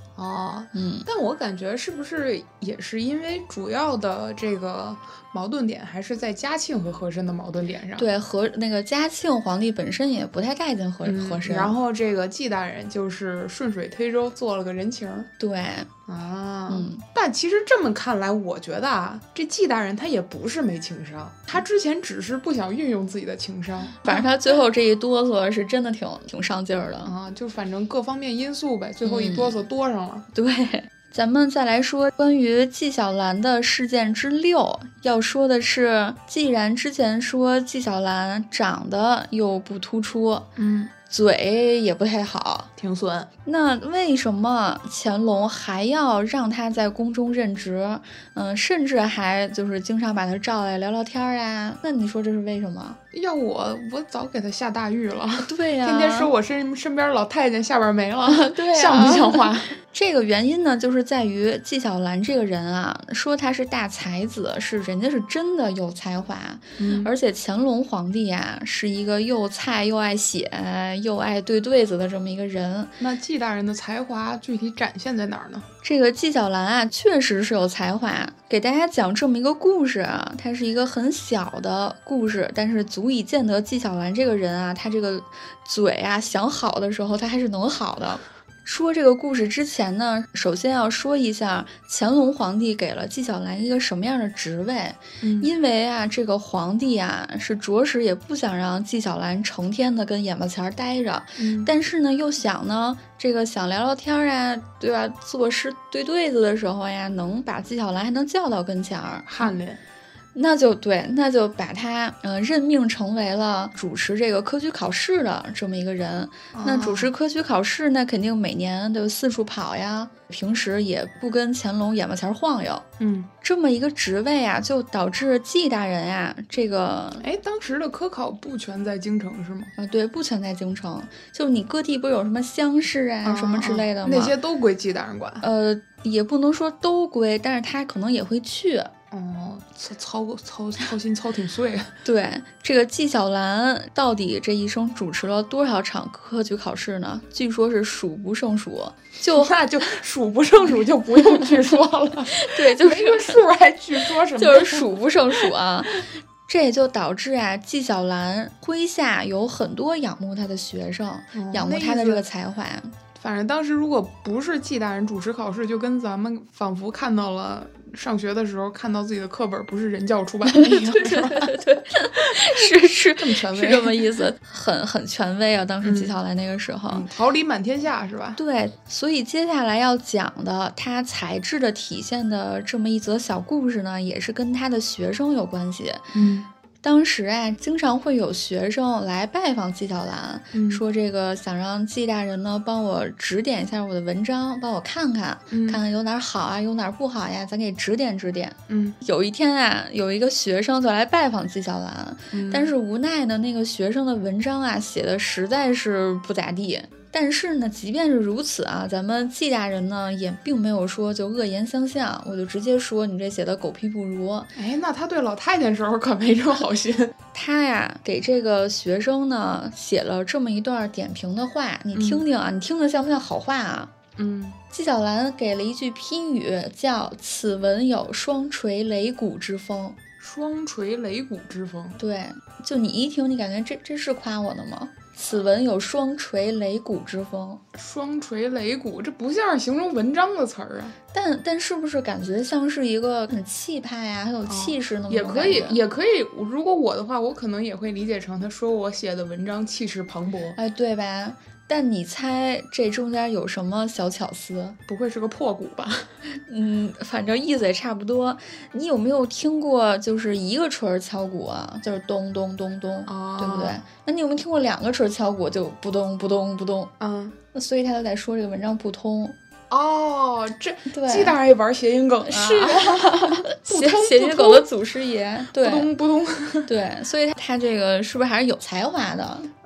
哦，但我感觉是不是也是因为主要的这个矛盾点还是在嘉庆和和珅的矛盾点上？ 对，和那个嘉庆皇帝本身也不太待见和珅， 然后这个纪大人就是顺水推舟做了个人情。 对啊，但其实这么看来，我觉得啊，这纪大人他也不是没情商，他之前只是不想运用自己的情商， 反正他最后这一哆嗦是真的挺上劲儿的啊，就反正各方面因素呗，最后一哆嗦多上了。 对，咱们再来说关于纪晓岚的事件之6，要说的是，既然之前说纪晓岚长得又不突出，嘴也不太好， 挺损。 那为什么乾隆还要让他在宫中任职？甚至还就是经常把他召来聊聊天啊？那你说这是为什么？ 要我早给他下大狱了。 对呀， 天天说我身边老太监下边没了， 对呀， 像不像话？ 这个原因呢，就是在于纪晓岚这个人啊，说他是大才子，是人家是真的有才华，而且乾隆皇帝啊，是一个又菜又爱写又爱对对子的这么一个人。 那纪大人的才华具体展现在哪儿呢？ 这个纪晓岚啊，确实是有才华。给大家讲这么一个故事啊，它是一个很小的故事，但是足以见得纪晓岚这个人啊，他这个嘴啊，想好的时候他还是能好的。说这个故事之前呢，首先要说一下乾隆皇帝给了纪晓岚一个什么样的职位。因为啊，这个皇帝啊是着实也不想让纪晓岚成天的跟眼巴前待着，但是呢又想呢，这个想聊聊天啊，对吧？作诗对对子的时候呀，能把纪晓岚还能叫到跟前儿， 翰林。 那就把他任命成为了主持这个科举考试的这么一个人。那主持科举考试，那肯定每年都四处跑呀，平时也不跟乾隆眼巴前晃悠。这么一个职位啊，就导致纪大人啊，这个当时的科考不全在京城是吗？ 对，不全在京城，就你各地不有什么乡试啊什么之类的吗？ 那些都归纪大人管。 也不能说都归，但是他可能也会去。 操心操挺碎。 对，这个纪晓岚到底这一生主持了多少场科举考试呢？据说是数不胜数。 那就数不胜数，就不用据说了。 对，就是这个数还据说什么？ 就是数不胜数啊。这也就导致啊，纪晓岚麾下有很多仰慕他的学生，仰慕他的这个才华。 反正当时如果不是纪大人主持考试，就跟咱们仿佛看到了上学的时候看到自己的课本不是人教出版的一样。 对，是这么权威， 是这么意思，很权威啊！当时纪晓岚那个时候， 桃李满天下是吧？ 对，所以接下来要讲的他才智的体现的这么一则小故事呢，也是跟他的学生有关系。当时啊，经常会有学生来拜访纪晓岚，说这个想让纪大人呢帮我指点一下我的文章，帮我看看有哪儿好啊，有哪儿不好呀，咱给指点指点。有一天啊，有一个学生就来拜访纪晓岚，但是无奈呢，那个学生的文章啊写的实在是不咋地。但是呢，即便是如此啊，咱们纪大人呢也并没有说就恶言相向，我就直接说你这写的狗屁不如。 那他对老太监时候可没这好心。 他呀给这个学生呢写了这么一段点评的话，你听听啊，你听着像不像好话啊？纪晓岚给了一句批语，叫此文有双垂擂鼓之风。 双垂擂鼓之风， 对，就你一听，你感觉这是夸我的吗？此文有双垂擂鼓之风。 双垂擂鼓，这不像是形容文章的词儿啊。 但是不是感觉像是一个很气派呀，很有气势那种感觉？也可以。如果我的话，我可能也会理解成他说我写的文章气势磅礴。 对吧？但你猜这中间有什么小巧思？ 不会是个破鼓吧？ 反正意思也差不多。你有没有听过就是一个锤敲鼓啊，就是咚咚咚咚，对不对？那你有没有听过两个锤敲鼓就不咚不咚不咚？那所以他就在说这个文章不通。 这纪大人也玩谐音梗啊！ 是啊，谐音梗的祖师爷。对， 不咚不咚。 对，所以他这个是不是还是有才华的？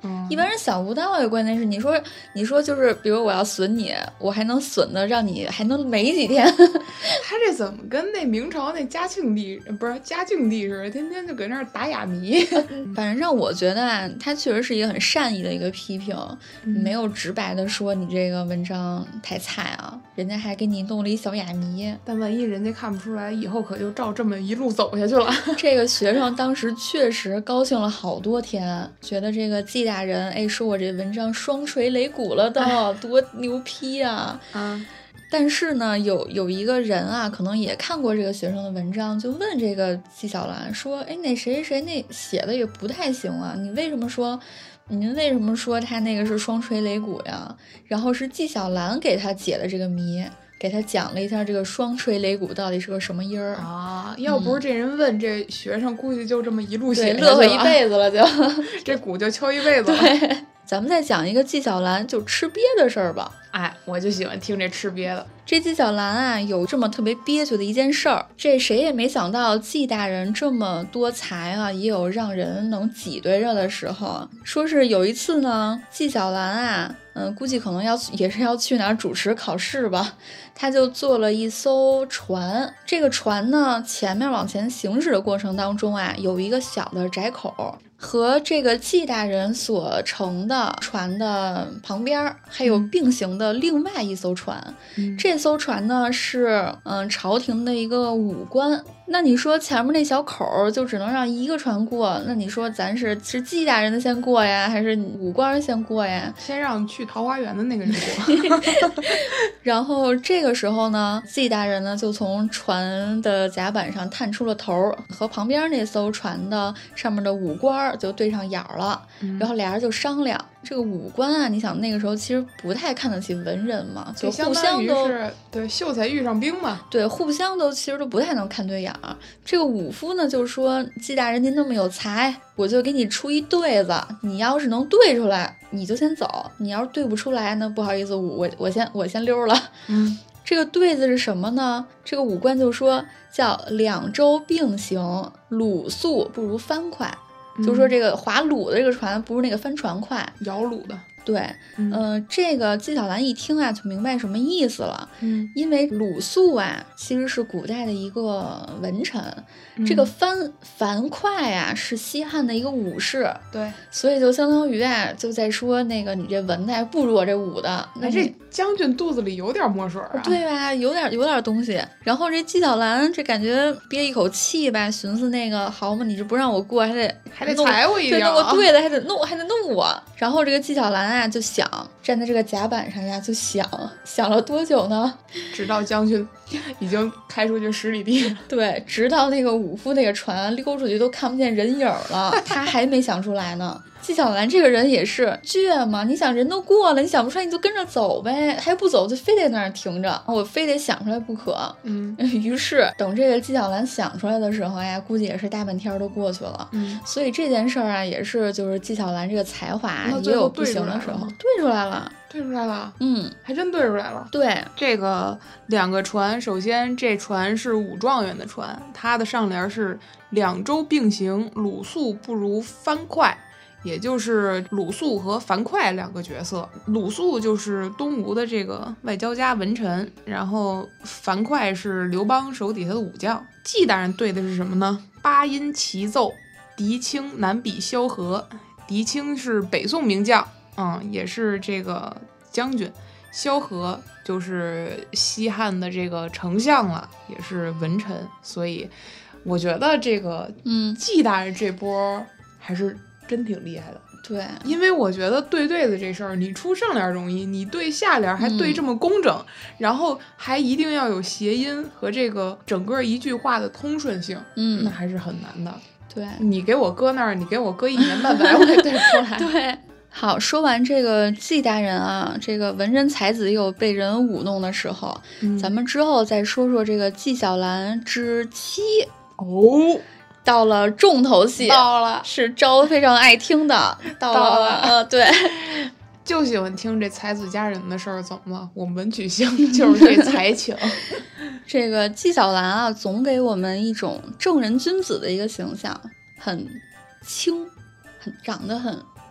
一般人想不到呀。关键是你说就是比如我要损你，我还能损的让你还能没几天。 他这怎么跟那明朝那嘉庆帝似的，天天就搁那儿打哑谜。 反正让我觉得啊，他确实是一个很善意的一个批评，没有直白的说你这个文章太菜啊，人家还给你弄了一小哑谜。 但万一人家看不出来，以后可就照这么一路走下去了。 这个学生当时确实高兴了好多天，觉得这个季大人说我这文章双锤擂鼓了都，多牛批啊！但是呢，有一个人啊，可能也看过这个学生的文章，就问这个纪晓岚说：“那谁谁那写的也不太行啊，您为什么说他那个是双锤擂鼓呀？”然后是纪晓岚给他解了这个谜，给他讲了一下这个双锤擂鼓到底是个什么音儿啊！要不是这人问，这学生估计就这么一路写， 乐呵一辈子了就， 这鼓就敲一辈子了。 对，咱们再讲一个纪晓岚就吃瘪的事儿吧。 我就喜欢听这吃瘪的。 这纪晓岚啊，有这么特别憋屈的一件事儿，这谁也没想到，纪大人这么多才啊，也有让人能挤兑着的时候。说是有一次呢，纪晓岚啊，估计可能也是要去哪儿主持考试吧，他就坐了一艘船。这个船呢，前面往前行驶的过程当中啊，有一个小的窄口。和这个纪大人所乘的船的旁边还有并行的另外一艘船，这艘船呢是朝廷的一个武官。那你说前面那小口就只能让一个船过，那你说咱是纪大人的先过呀，还是武官先过呀？ 先让去桃花源的那个人过。 然后这个时候呢，纪大人呢就从船的甲板上探出了头，和旁边那艘船的上面的武官就对上眼了，然后俩人就商量。这个武官啊，你想那个时候其实不太看得起文人嘛，就互相都对秀才遇上兵嘛， 对，互相都其实都不太能看对眼儿。这个武夫呢就说：“纪大人您那么有才，我就给你出一对子，你要是能对出来，你就先走；你要是对不出来呢，不好意思，我先溜了。”这个对子是什么呢？这个武官就说叫两舟并行，鲁速不如帆快。就说这个划橹的这个船不如那个帆船快， 摇橹的。 对，这个纪晓岚一听啊，就明白什么意思了。因为鲁肃啊，其实是古代的一个文臣，这个樊哙啊，是西汉的一个武士。 对， 所以就相当于啊，就在说那个你这文的还不如我这武的。那这将军肚子里有点墨水啊， 对吧？有点东西。然后这纪晓岚这感觉憋一口气吧，寻思那个好嘛，你这不让我过，还得踩我一脚， 对，弄个对的，还得弄我。然后这个纪晓岚啊，就想站在这个甲板上呀，就想了多久呢？ 直到将军已经开出去10里地了。 对，直到那个武夫那个船溜出去都看不见人影了，他还没想出来呢。纪晓岚这个人也是倔嘛，你想人都过了，你想不出来你就跟着走呗，还不走就非得那儿停着，我非得想出来不可。于是等这个纪晓岚想出来的时候呀，估计也是大半天都过去了。所以这件事儿啊，也是就是纪晓岚这个才华也有不行的时候，对出来了。还真对出来了。 对， 这个两个船，首先这船是武状元的船，它的上联是两舟并行，鲁肃不如帆快。也就是鲁肃和樊哙两个角色，鲁肃就是东吴的这个外交家文臣，然后樊哙是刘邦手底下的武将。纪大人对的是什么呢？八音齐奏，狄青难比萧何。狄青是北宋名将，也是这个将军。萧何就是西汉的这个丞相了，也是文臣。所以我觉得这个纪大人这波还是真挺厉害的。 对， 因为我觉得对子这事儿，你出上联容易，你对下联还对这么工整，然后还一定要有谐音和这个整个一句话的通顺性，那还是很难的。 对， 你给我搁那儿，你给我搁1年半载，我也对不出来。 对，好，说完这个纪大人啊，这个文人才子也有被人舞弄的时候，咱们之后再说说这个纪晓岚之妻哦。 到了重头戏， 到了， 是昭非常爱听的，到了，对， 就喜欢听这才子佳人的事儿。怎么了？我们文曲星就是这才情。 这个纪晓岚啊，总给我们一种正人君子的一个形象，很清，长得很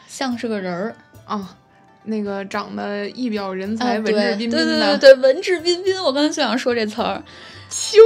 像是个人儿啊。那个长得一表人才、文质彬彬的， 对，文质彬彬。我刚才就想说这词儿， 清。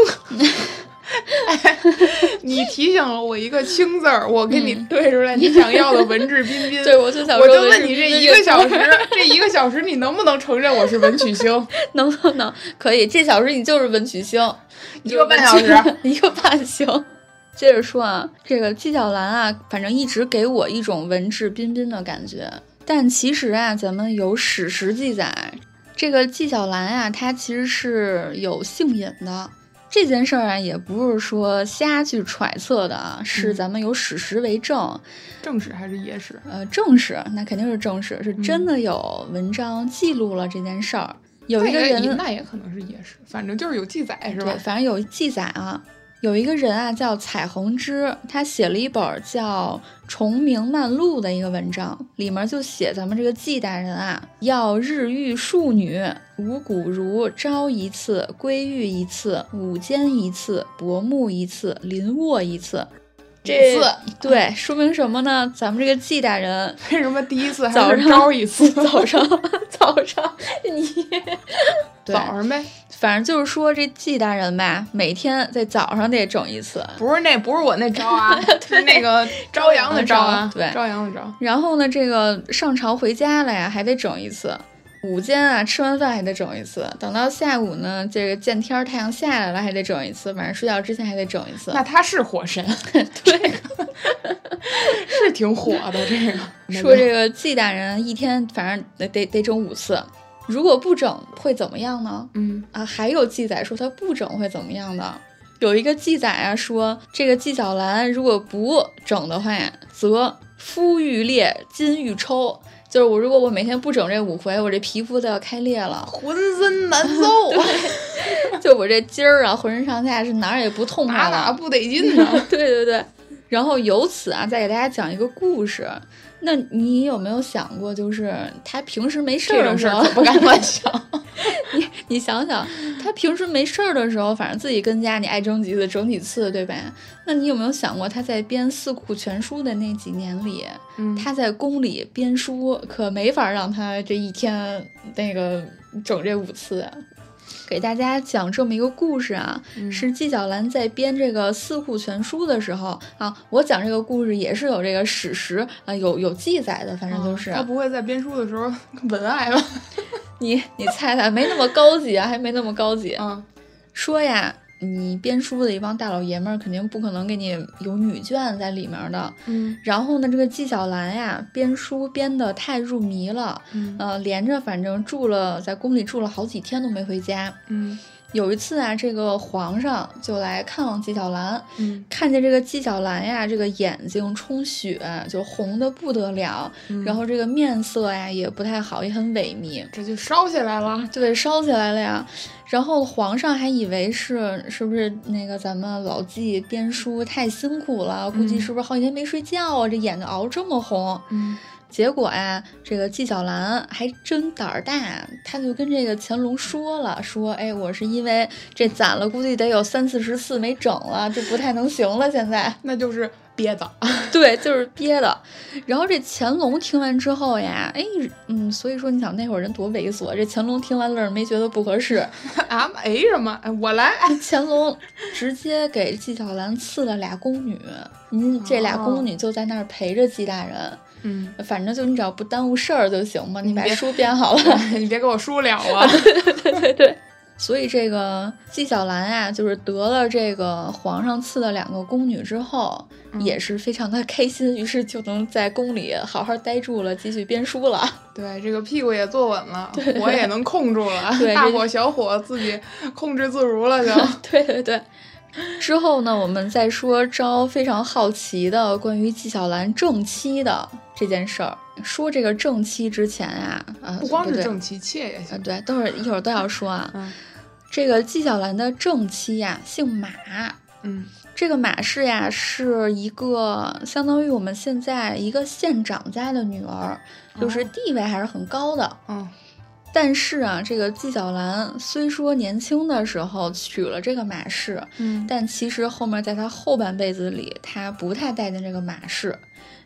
你提醒了我一个清字儿，我给你对出来你想要的文质彬彬。 对，我就想说， 我就问你这1个小时，这1个小时你能不能承认我是文曲星？ 能不能？可以，这小时你就是文曲星 ，1个半小时 ，1个半行。接着说啊，这个纪晓岚啊，反正一直给我一种文质彬彬的感觉。但其实啊，咱们有史实记载，这个纪晓岚啊，他其实是有性瘾的。这件事儿啊，也不是说瞎去揣测的啊，是咱们有史实为证。 正史还是野史？ 正史，那肯定是正史，是真的有文章记录了这件事儿。有一个人， 那也可能是野史，反正就是有记载，是吧？ 对，反正有记载啊。有一个人啊，叫彩衡之，他写了一本叫《崇明漫录》的一个文章，里面就写咱们这个纪大人啊，要日遇庶女，五谷如朝一次，归寓一次，午间一次，薄暮一次，临卧一次。这对说明什么呢？咱们这个纪大人为什么第一次还是朝一次？ 早上你早上呗。 反正就是说，这纪大人吧，每天在早上得整一次。 不是我那朝啊，是那个朝阳的朝啊， 对， 朝阳的朝。 然后呢，这个上朝回家了呀，还得整一次。午间啊，吃完饭还得整一次。等到下午呢，这个见天太阳下来了，还得整一次。晚上睡觉之前还得整一次。 那他是火神， 对， 是挺火的。这个说这个纪大人一天反正得整5次。如果不整会怎么样呢？还有记载说他不整会怎么样的。有一个记载啊，说这个纪晓岚如果不整的话，则肤欲裂，筋欲抽。就是如果我每天不整这5回，我这皮肤都要开裂了， 浑身难受。 就我这筋儿啊，浑身上下是哪儿也不痛快了， 哪不得劲呢？ 对。然后由此啊，再给大家讲一个故事。那你有没有想过，就是他平时没事儿的时候， 不敢乱想。 你想想，他平时没事儿的时候，反正自己跟家你爱整几次整几次，对吧？那你有没有想过，他在编《四库全书》的那几年里，他在宫里编书，可没法让他这一天那个整这5次啊。给大家讲这么一个故事啊，是纪晓岚在编这个《四库全书》的时候啊，我讲这个故事也是有这个史实啊，有记载的，反正就是。 他不会在编书的时候文爱吧？ 你猜猜，没那么高级啊，还没那么高级。说呀，你编书的一帮大老爷们儿肯定不可能给你有女眷在里面的。然后呢，这个纪晓岚呀，编书编得太入迷了，连着反正在宫里住了好几天都没回家。有一次啊，这个皇上就来看望纪晓岚，看见这个纪晓岚呀，这个眼睛充血，就红的不得了，然后这个面色呀也不太好，也很萎靡， 这就烧起来了。 对，烧起来了呀。然后皇上还以为是不是那个咱们老纪编书太辛苦了，估计是不是好几天没睡觉啊，这眼睛熬这么红。结果呀，这个纪晓岚还真胆儿大，他就跟这个乾隆说了，说，哎，我是因为这攒了，估计得有30-40次没整了，这不太能行了，现在。 那就是憋的。 对，就是憋的。然后这乾隆听完之后呀，所以说你想那会儿人多猥琐，这乾隆听完了没觉得不合适啊？什么？我来。 乾隆直接给纪晓岚赐了俩宫女，这俩宫女就在那儿陪着纪大人。反正就你只要不耽误事儿就行嘛，你把书编好了， 你别给我书了啊！ 对。所以这个纪晓岚啊，就是得了这个皇上赐的2个宫女之后，也是非常的开心，于是就能在宫里好好待住了，继续编书了。 对，这个屁股也坐稳了，火也能控住了， 对， 大火小火自己控制自如了就。 对。之后呢，我们再说招非常好奇的关于纪晓岚正妻的这件事儿。说这个正妻之前啊， 不光是正妻，妾也行。 对，一会儿都要说啊。这个纪晓岚的正妻呀，姓马。这个马氏呀，是一个相当于我们现在一个县长家的女儿，就是地位还是很高的。但是啊，这个纪晓岚虽说年轻的时候娶了这个马氏，但其实后面在他后半辈子里，他不太待见这个马氏，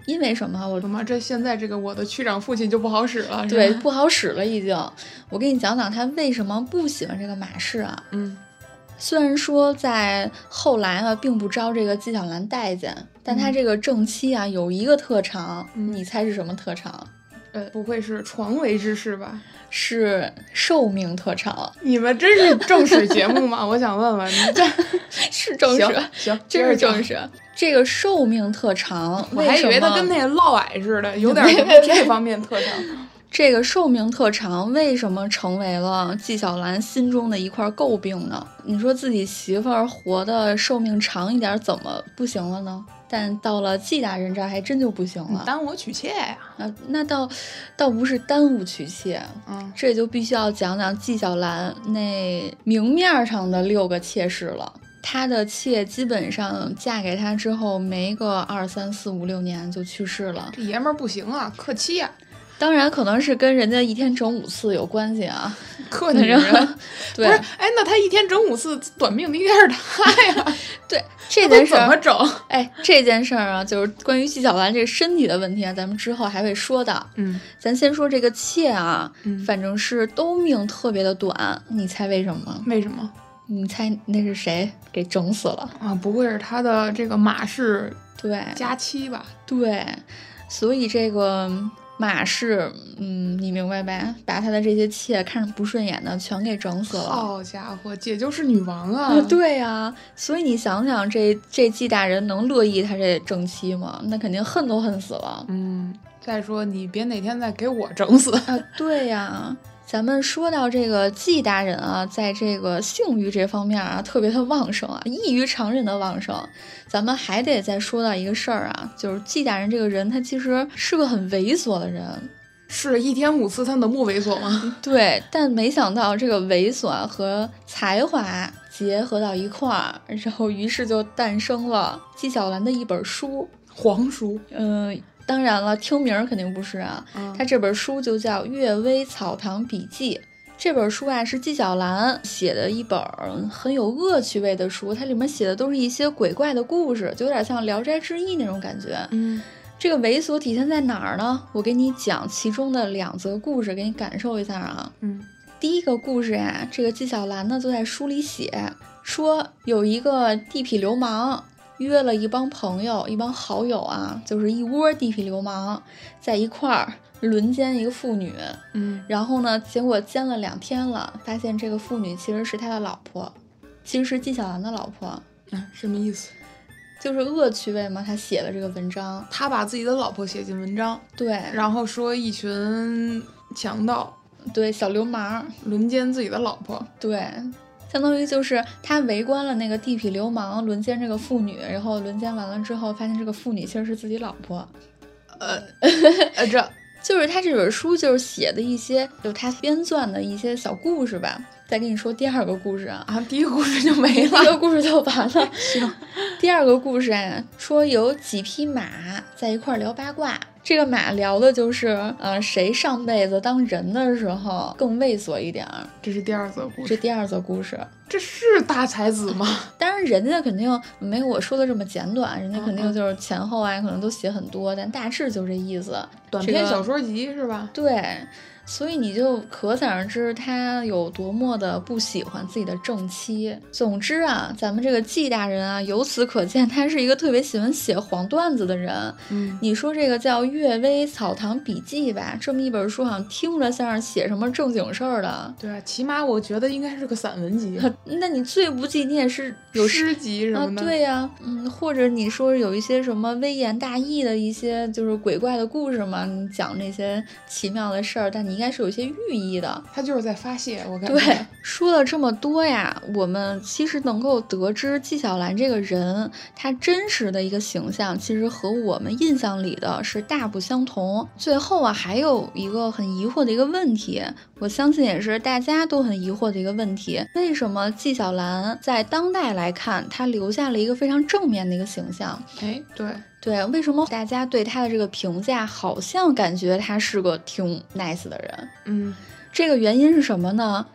因为什么？ 怎么这现在这个我的区长父亲就不好使了？ 对，不好使了已经。我给你讲讲他为什么不喜欢这个马氏啊。虽然说在后来啊，并不招这个纪晓岚待见，但他这个正妻啊有一个特长，你猜是什么特长？ 不会是床为之事吧？ 是寿命特长。 你们真是正史节目吗？我想问问你这是正史， 行， 真是正史。这个寿命特长， 我还以为他跟那个嫪毐似的，有点这方面特长。 这个寿命特长为什么成为了纪晓岚心中的一块诟病呢？你说自己媳妇儿活的寿命长一点，怎么不行了呢？但到了纪大人这儿还真就不行了， 耽误我娶妾呀！ 那倒不是耽误娶妾，这就必须要讲讲纪晓岚那明面上的6个妾室了。他的妾基本上嫁给他之后，没个2、3、4、5、6年就去世了。 这爷们儿不行啊，克妻啊！ 当然可能是跟人家一天整5次有关系啊， 克女人。 对， 不是，那他一天整5次，短命的应该是他呀。 对，这件事怎么整？ 这件事儿啊，就是关于纪晓岚这个身体的问题啊，咱们之后还会说的。咱先说这个妾啊，反正是都命特别的短，你猜为什么？ 为什么？ 你猜那是谁给整死了啊？不会是他的这个马氏佳妻吧？ 对，所以这个马氏，你明白呗？把他的这些妾看着不顺眼的全给整死了。 好家伙，姐就是女王啊！ 对呀，所以你想想，这纪大人能乐意他这正妻吗？那肯定恨都恨死了。 再说你别哪天再给我整死啊！对呀。咱们说到这个纪大人啊，在这个性欲这方面啊，特别的旺盛啊，异于常人的旺盛。咱们还得再说到一个事儿啊，就是纪大人这个人，他其实是个很猥琐的人。 是一天5次，他能不猥琐吗？ 对，但没想到这个猥琐和才华结合到一块儿，然后于是就诞生了纪晓岚的一本书， 皇书。 当然了，听名儿肯定不是啊，他这本书就叫《阅微草堂笔记》。这本书啊是纪晓岚写的一本很有恶趣味的书，它里面写的都是一些鬼怪的故事，就有点像《聊斋志异》那种感觉。这个猥琐体现在哪儿呢？我给你讲其中的2则故事，给你感受一下啊。第一个故事啊，这个纪晓岚呢就在书里写说，有一个地痞流氓约了一帮朋友，一帮好友啊，就是一窝地痞流氓在一块儿轮奸一个妇女。然后呢，结果奸了2天了，发现这个妇女其实是他的老婆，其实是纪晓岚的老婆。 什么意思？ 就是恶趣味嘛，他写了这个文章， 他把自己的老婆写进文章， 对， 然后说一群强盗， 对，小流氓轮奸自己的老婆， 对。相当于就是他围观了那个地痞流氓轮奸这个妇女，然后轮奸完了之后，发现这个妇女其实是自己老婆。 这就是他这本书就是写的一些，就他编撰的一些小故事吧。再跟你说第2个故事啊， 第一个故事就没了， 第一个故事就完了。 行， 第2个故事啊，说有几匹马在一块聊八卦。这个马聊的就是谁上辈子当人的时候更猥琐一点。 这是第2则故事。 这第2则故事， 这是大才子吗？ 当然人家肯定没有我说的这么简短，人家肯定就是前后啊可能都写很多，但大致就这意思。 短篇小说集是吧？ 对。所以你就可想而知他有多么的不喜欢自己的正妻。总之啊，咱们这个纪大人啊，由此可见他是一个特别喜欢写黄段子的人。你说这个叫《阅微草堂笔记》吧，这么一本书好像听着像是写什么正经事儿的。 对啊，起码我觉得应该是个散文集。 那你最不济你也是有诗集什么的。 对呀，或者你说有一些什么微言大义的一些就是鬼怪的故事嘛，你讲这些奇妙的事儿，但你应该是有一些寓意的。 他就是在发泄，我感觉。 对，说了这么多呀，我们其实能够得知纪晓岚这个人，他真实的一个形象，其实和我们印象里的是大不相同。最后啊，还有一个很疑惑的一个问题，我相信也是大家都很疑惑的一个问题：为什么纪晓岚在当代来看，他留下了一个非常正面的一个形象？对，为什么大家对他的这个评价好像感觉他是个挺 nice 的人？ 嗯， 这个原因是什么呢？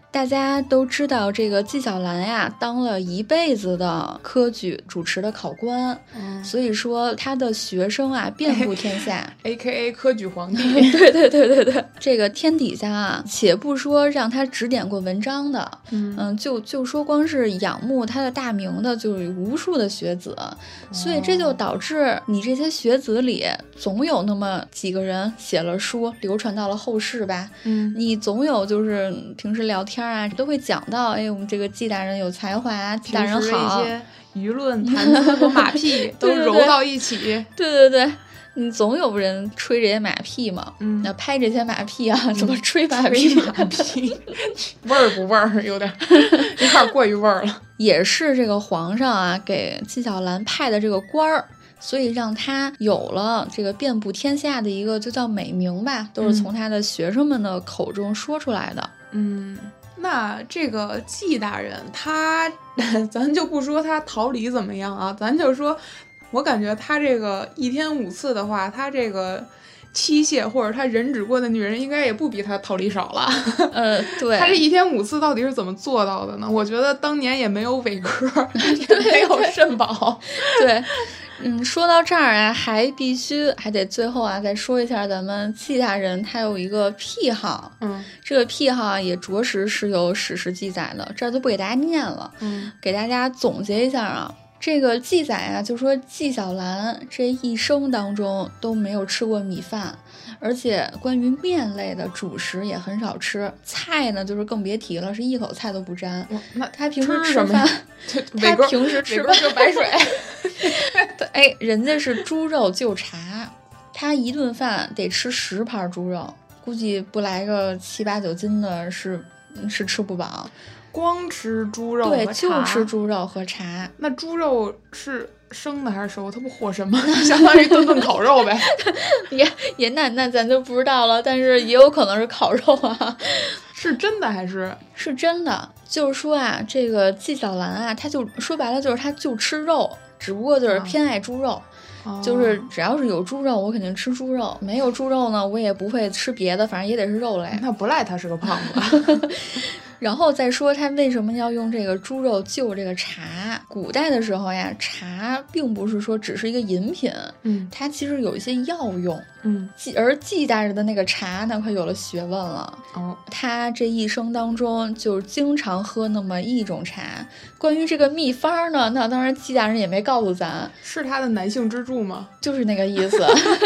大家都知道这个纪晓岚呀，当了一辈子的科举主持的考官，所以说他的学生啊遍布天下 ，AKA 科举皇帝。 对，这个天底下啊，且不说让他指点过文章的，就说光是仰慕他的大名的，就有无数的学子，所以这就导致你这些学子里总有那么几个人写了书，流传到了后世吧。你总有就是平时聊天啊，都会讲到，哎，我们这个纪大人有才华，纪大人好， 一些舆论谈资和马屁都揉到一起。 对，你总有人吹这些马屁嘛，那拍这些马屁啊，怎么吹马屁？ 味儿不味儿，有点过于味儿了。 也是这个皇上啊，给纪晓岚派的这个官儿。所以让他有了这个遍布天下的一个就叫美名吧，都是从他的学生们的口中说出来的。 那这个纪大人他咱就不说他桃李怎么样啊，咱就说我感觉他这个1天5次的话，他这个妻妾或者他人指过的女人应该也不比他桃李少了。 对， 他这1天5次到底是怎么做到的呢？我觉得当年也没有伟哥，也没有肾宝。 对。说到这儿啊，还得最后啊再说一下咱们纪大人他有一个癖好，这个癖好啊也着实是有史实记载的，这儿就不给大家念了，给大家总结一下啊。这个记载啊，就说纪晓岚这一生当中都没有吃过米饭，而且关于面类的主食也很少吃，菜呢就是更别提了，是一口菜都不沾。 那他平时吃饭，他平时吃饭就白水。 哎，人家是猪肉就茶，他一顿饭得吃10盘猪肉，估计不来个7、8、9斤的是吃不饱。 光吃猪肉和茶， 对，就吃猪肉和茶。 那猪肉是生的还是熟？它不火什么？相当于炖烤肉呗。 那咱就不知道了，但是也有可能是烤肉啊。 是真的还是？ 是真的，就是说啊，这个纪晓岚啊，他就说白了就是他就吃肉，只不过就是偏爱猪肉。就是只要是有猪肉，我肯定吃猪肉；没有猪肉呢，我也不会吃别的，反正也得是肉类。 那不赖他是个胖子。 然后再说他为什么要用这个猪肉就这个茶？古代的时候呀，茶并不是说只是一个饮品，它其实有一些药用。而纪大人的那个茶那可有了学问了。他这一生当中就经常喝那么一种茶。关于这个秘方呢，那当然纪大人也没告诉咱。 是他的男性支柱吗？ 就是那个意思。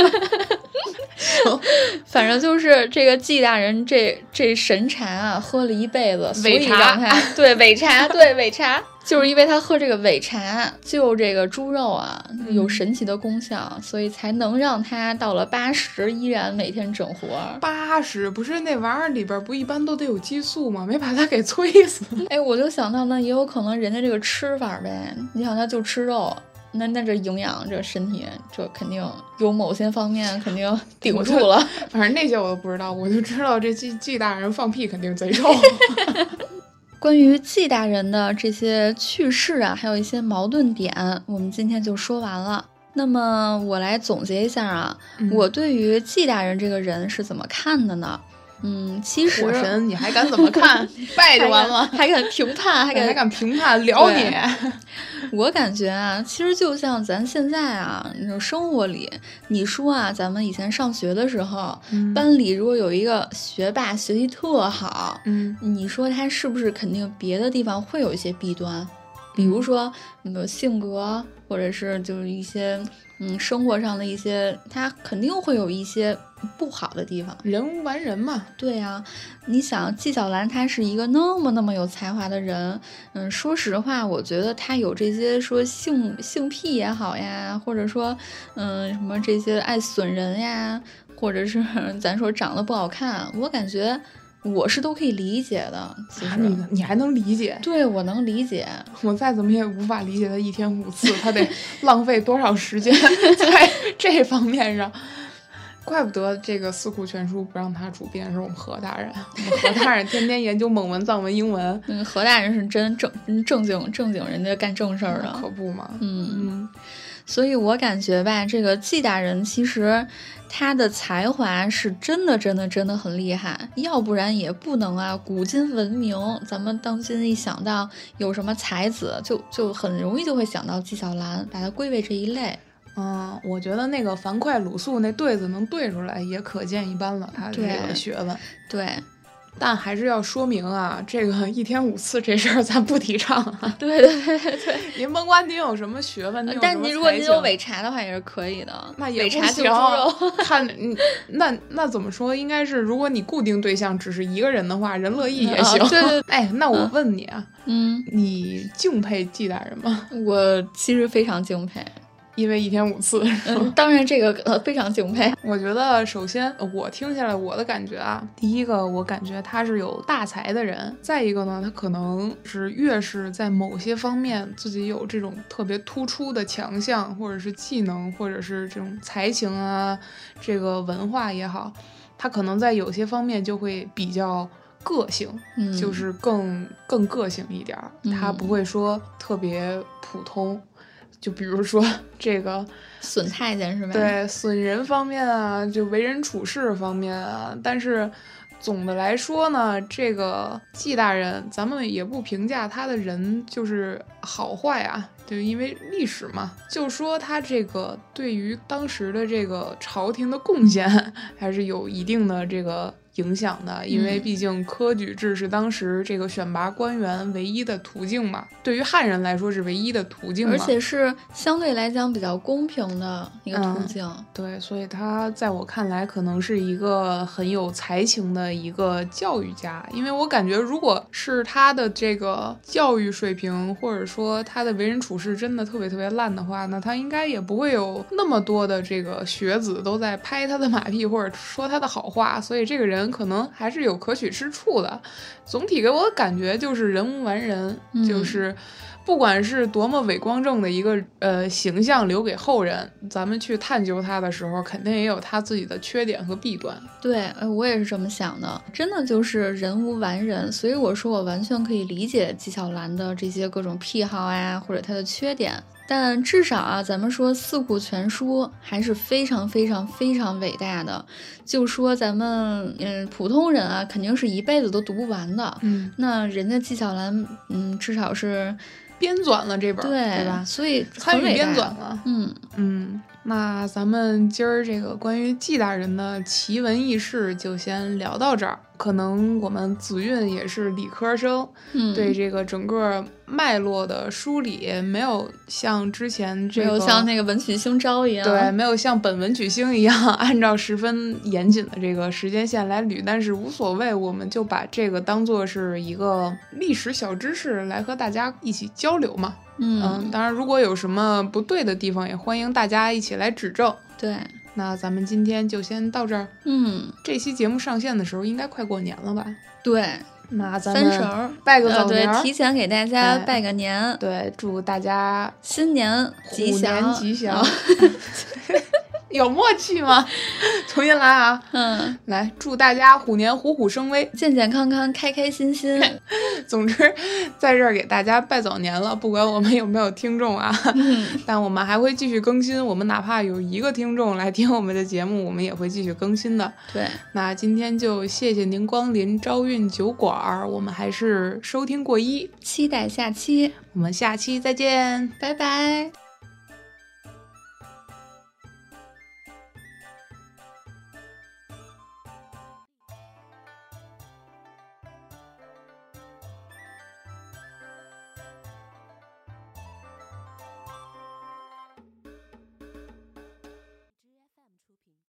反正就是这个纪大人这神茶啊，喝了一辈子，所以让他对伪茶，就是因为他喝这个伪茶就这个猪肉啊有神奇的功效，所以才能让他到了80依然每天整活。 80不是那玩意儿里边不一般都得有激素吗？没把他给催死。 哎，我就想到呢，也有可能人家这个吃法呗，你想他就吃肉。那这营养，这身体这肯定有某些方面肯定顶住了。 反正那些我都不知道，我就知道这纪大人放屁肯定贼臭。 关于纪大人的这些趣事啊，还有一些矛盾点，我们今天就说完了。那么我来总结一下啊，我对于纪大人这个人是怎么看的呢？其实火神你还敢怎么看？拜就完了， 还敢评判，还敢评判聊你。 我感觉啊，其实就像咱现在啊，生活里，你说啊，咱们以前上学的时候，班里如果有一个学霸，学习特好，你说他是不是肯定别的地方会有一些弊端？比如说性格，或者是就是一些生活上的一些，他肯定会有一些不好的地方。 人无完人嘛。 对呀，你想纪晓岚他是一个那么有才华的人，说实话，我觉得他有这些说性癖也好呀，或者说什么这些爱损人呀，或者是咱说长得不好看，我感觉我是都可以理解的。其实你还能理解？ 对，我能理解。 我再怎么也无法理解他1天5次，他得浪费多少时间在这方面上。怪不得这个《四库全书》不让他主编，是我们何大人。我们何大人天天研究蒙文、藏文、英文。 何大人是真正经人家干正事儿的， 可不嘛。 所以我感觉吧，这个纪大人其实他的才华是真的很厉害，要不然也不能啊古今闻名。咱们当今一想到有什么才子，就很容易就会想到纪晓岚，把它归为这一类。 我觉得那个樊哙鲁肃那对子能对出来，也可见一斑了，他的这个学问。 对。 但还是要说明啊，这个1天5次这事儿咱不提倡啊。 对， 您甭管您有什么学问， 但如果您有伪茶的话也是可以的。 那也伪茶就猪肉。看，那怎么说？应该是如果你固定对象只是一个人的话，任乐意也行。 对。 哎，那我问你啊，你敬佩纪大人吗？ 我其实非常敬佩。 因为1天5次， 当然这个非常敬佩。 我觉得首先我听下来我的感觉啊，第一个我感觉他是有大才的人，再一个呢，他可能是越是在某些方面自己有这种特别突出的强项，或者是技能，或者是这种才情啊，这个文化也好，他可能在有些方面就会比较个性，就是更个性一点，他不会说特别普通。就比如说这个损太监是吧？ 对，损人方面啊，就为人处事方面啊，但是总的来说呢，这个纪大人，咱们也不评价他的人就是好坏啊，就因为历史嘛，就说他这个对于当时的这个朝廷的贡献还是有一定的这个影响的，因为毕竟科举制是当时这个选拔官员唯一的途径嘛，对于汉人来说是唯一的途径嘛， 而且是相对来讲比较公平的一个途径。 对，所以他在我看来可能是一个很有才情的一个教育家，因为我感觉如果是他的这个教育水平或者说他的为人处事真的特别烂的话，那他应该也不会有那么多的这个学子都在拍他的马屁或者说他的好话，所以这个人可能还是有可取之处的。总体给我的感觉就是人无完人，就是不管是多么伟光正的一个形象留给后人，咱们去探究他的时候肯定也有他自己的缺点和弊端。 对，我也是这么想的，真的就是人无完人，所以我说我完全可以理解纪晓岚的这些各种癖好啊，或者他的缺点，但至少啊，咱们说四库全书还是非常伟大的。就说咱们普通人啊，肯定是一辈子都读不完的。那人家纪晓岚至少是编纂了这本，对吧？ 所以参与编纂了。那咱们今儿这个关于纪大人的奇闻异事就先聊到这儿。可能我们子韵也是理科生，对这个整个脉络的梳理没有像之前这个没有像那个文曲星招一样， 对，没有像本文曲星一样按照十分严谨的这个时间线来捋，但是无所谓，我们就把这个当做是一个历史小知识来和大家一起交流嘛。当然如果有什么不对的地方也欢迎大家一起来指正。 对， 那咱们今天就先到这儿。这期节目上线的时候应该快过年了吧？ 对， 那咱们 30 拜个早年，对，提前给大家拜个年。 对，祝大家新年吉祥， 虎年吉祥。有默契吗？重新来啊！来，祝大家虎年虎虎生威， 健健康康，开开心心。 总之，在这儿给大家拜早年了，不管我们有没有听众啊，但我们还会继续更新。我们哪怕有一个听众来听我们的节目，我们也会继续更新的。 对， 那今天就谢谢您光临朝韵酒馆，我们还是收听过一， 期待下期， 我们下期再见， 拜拜。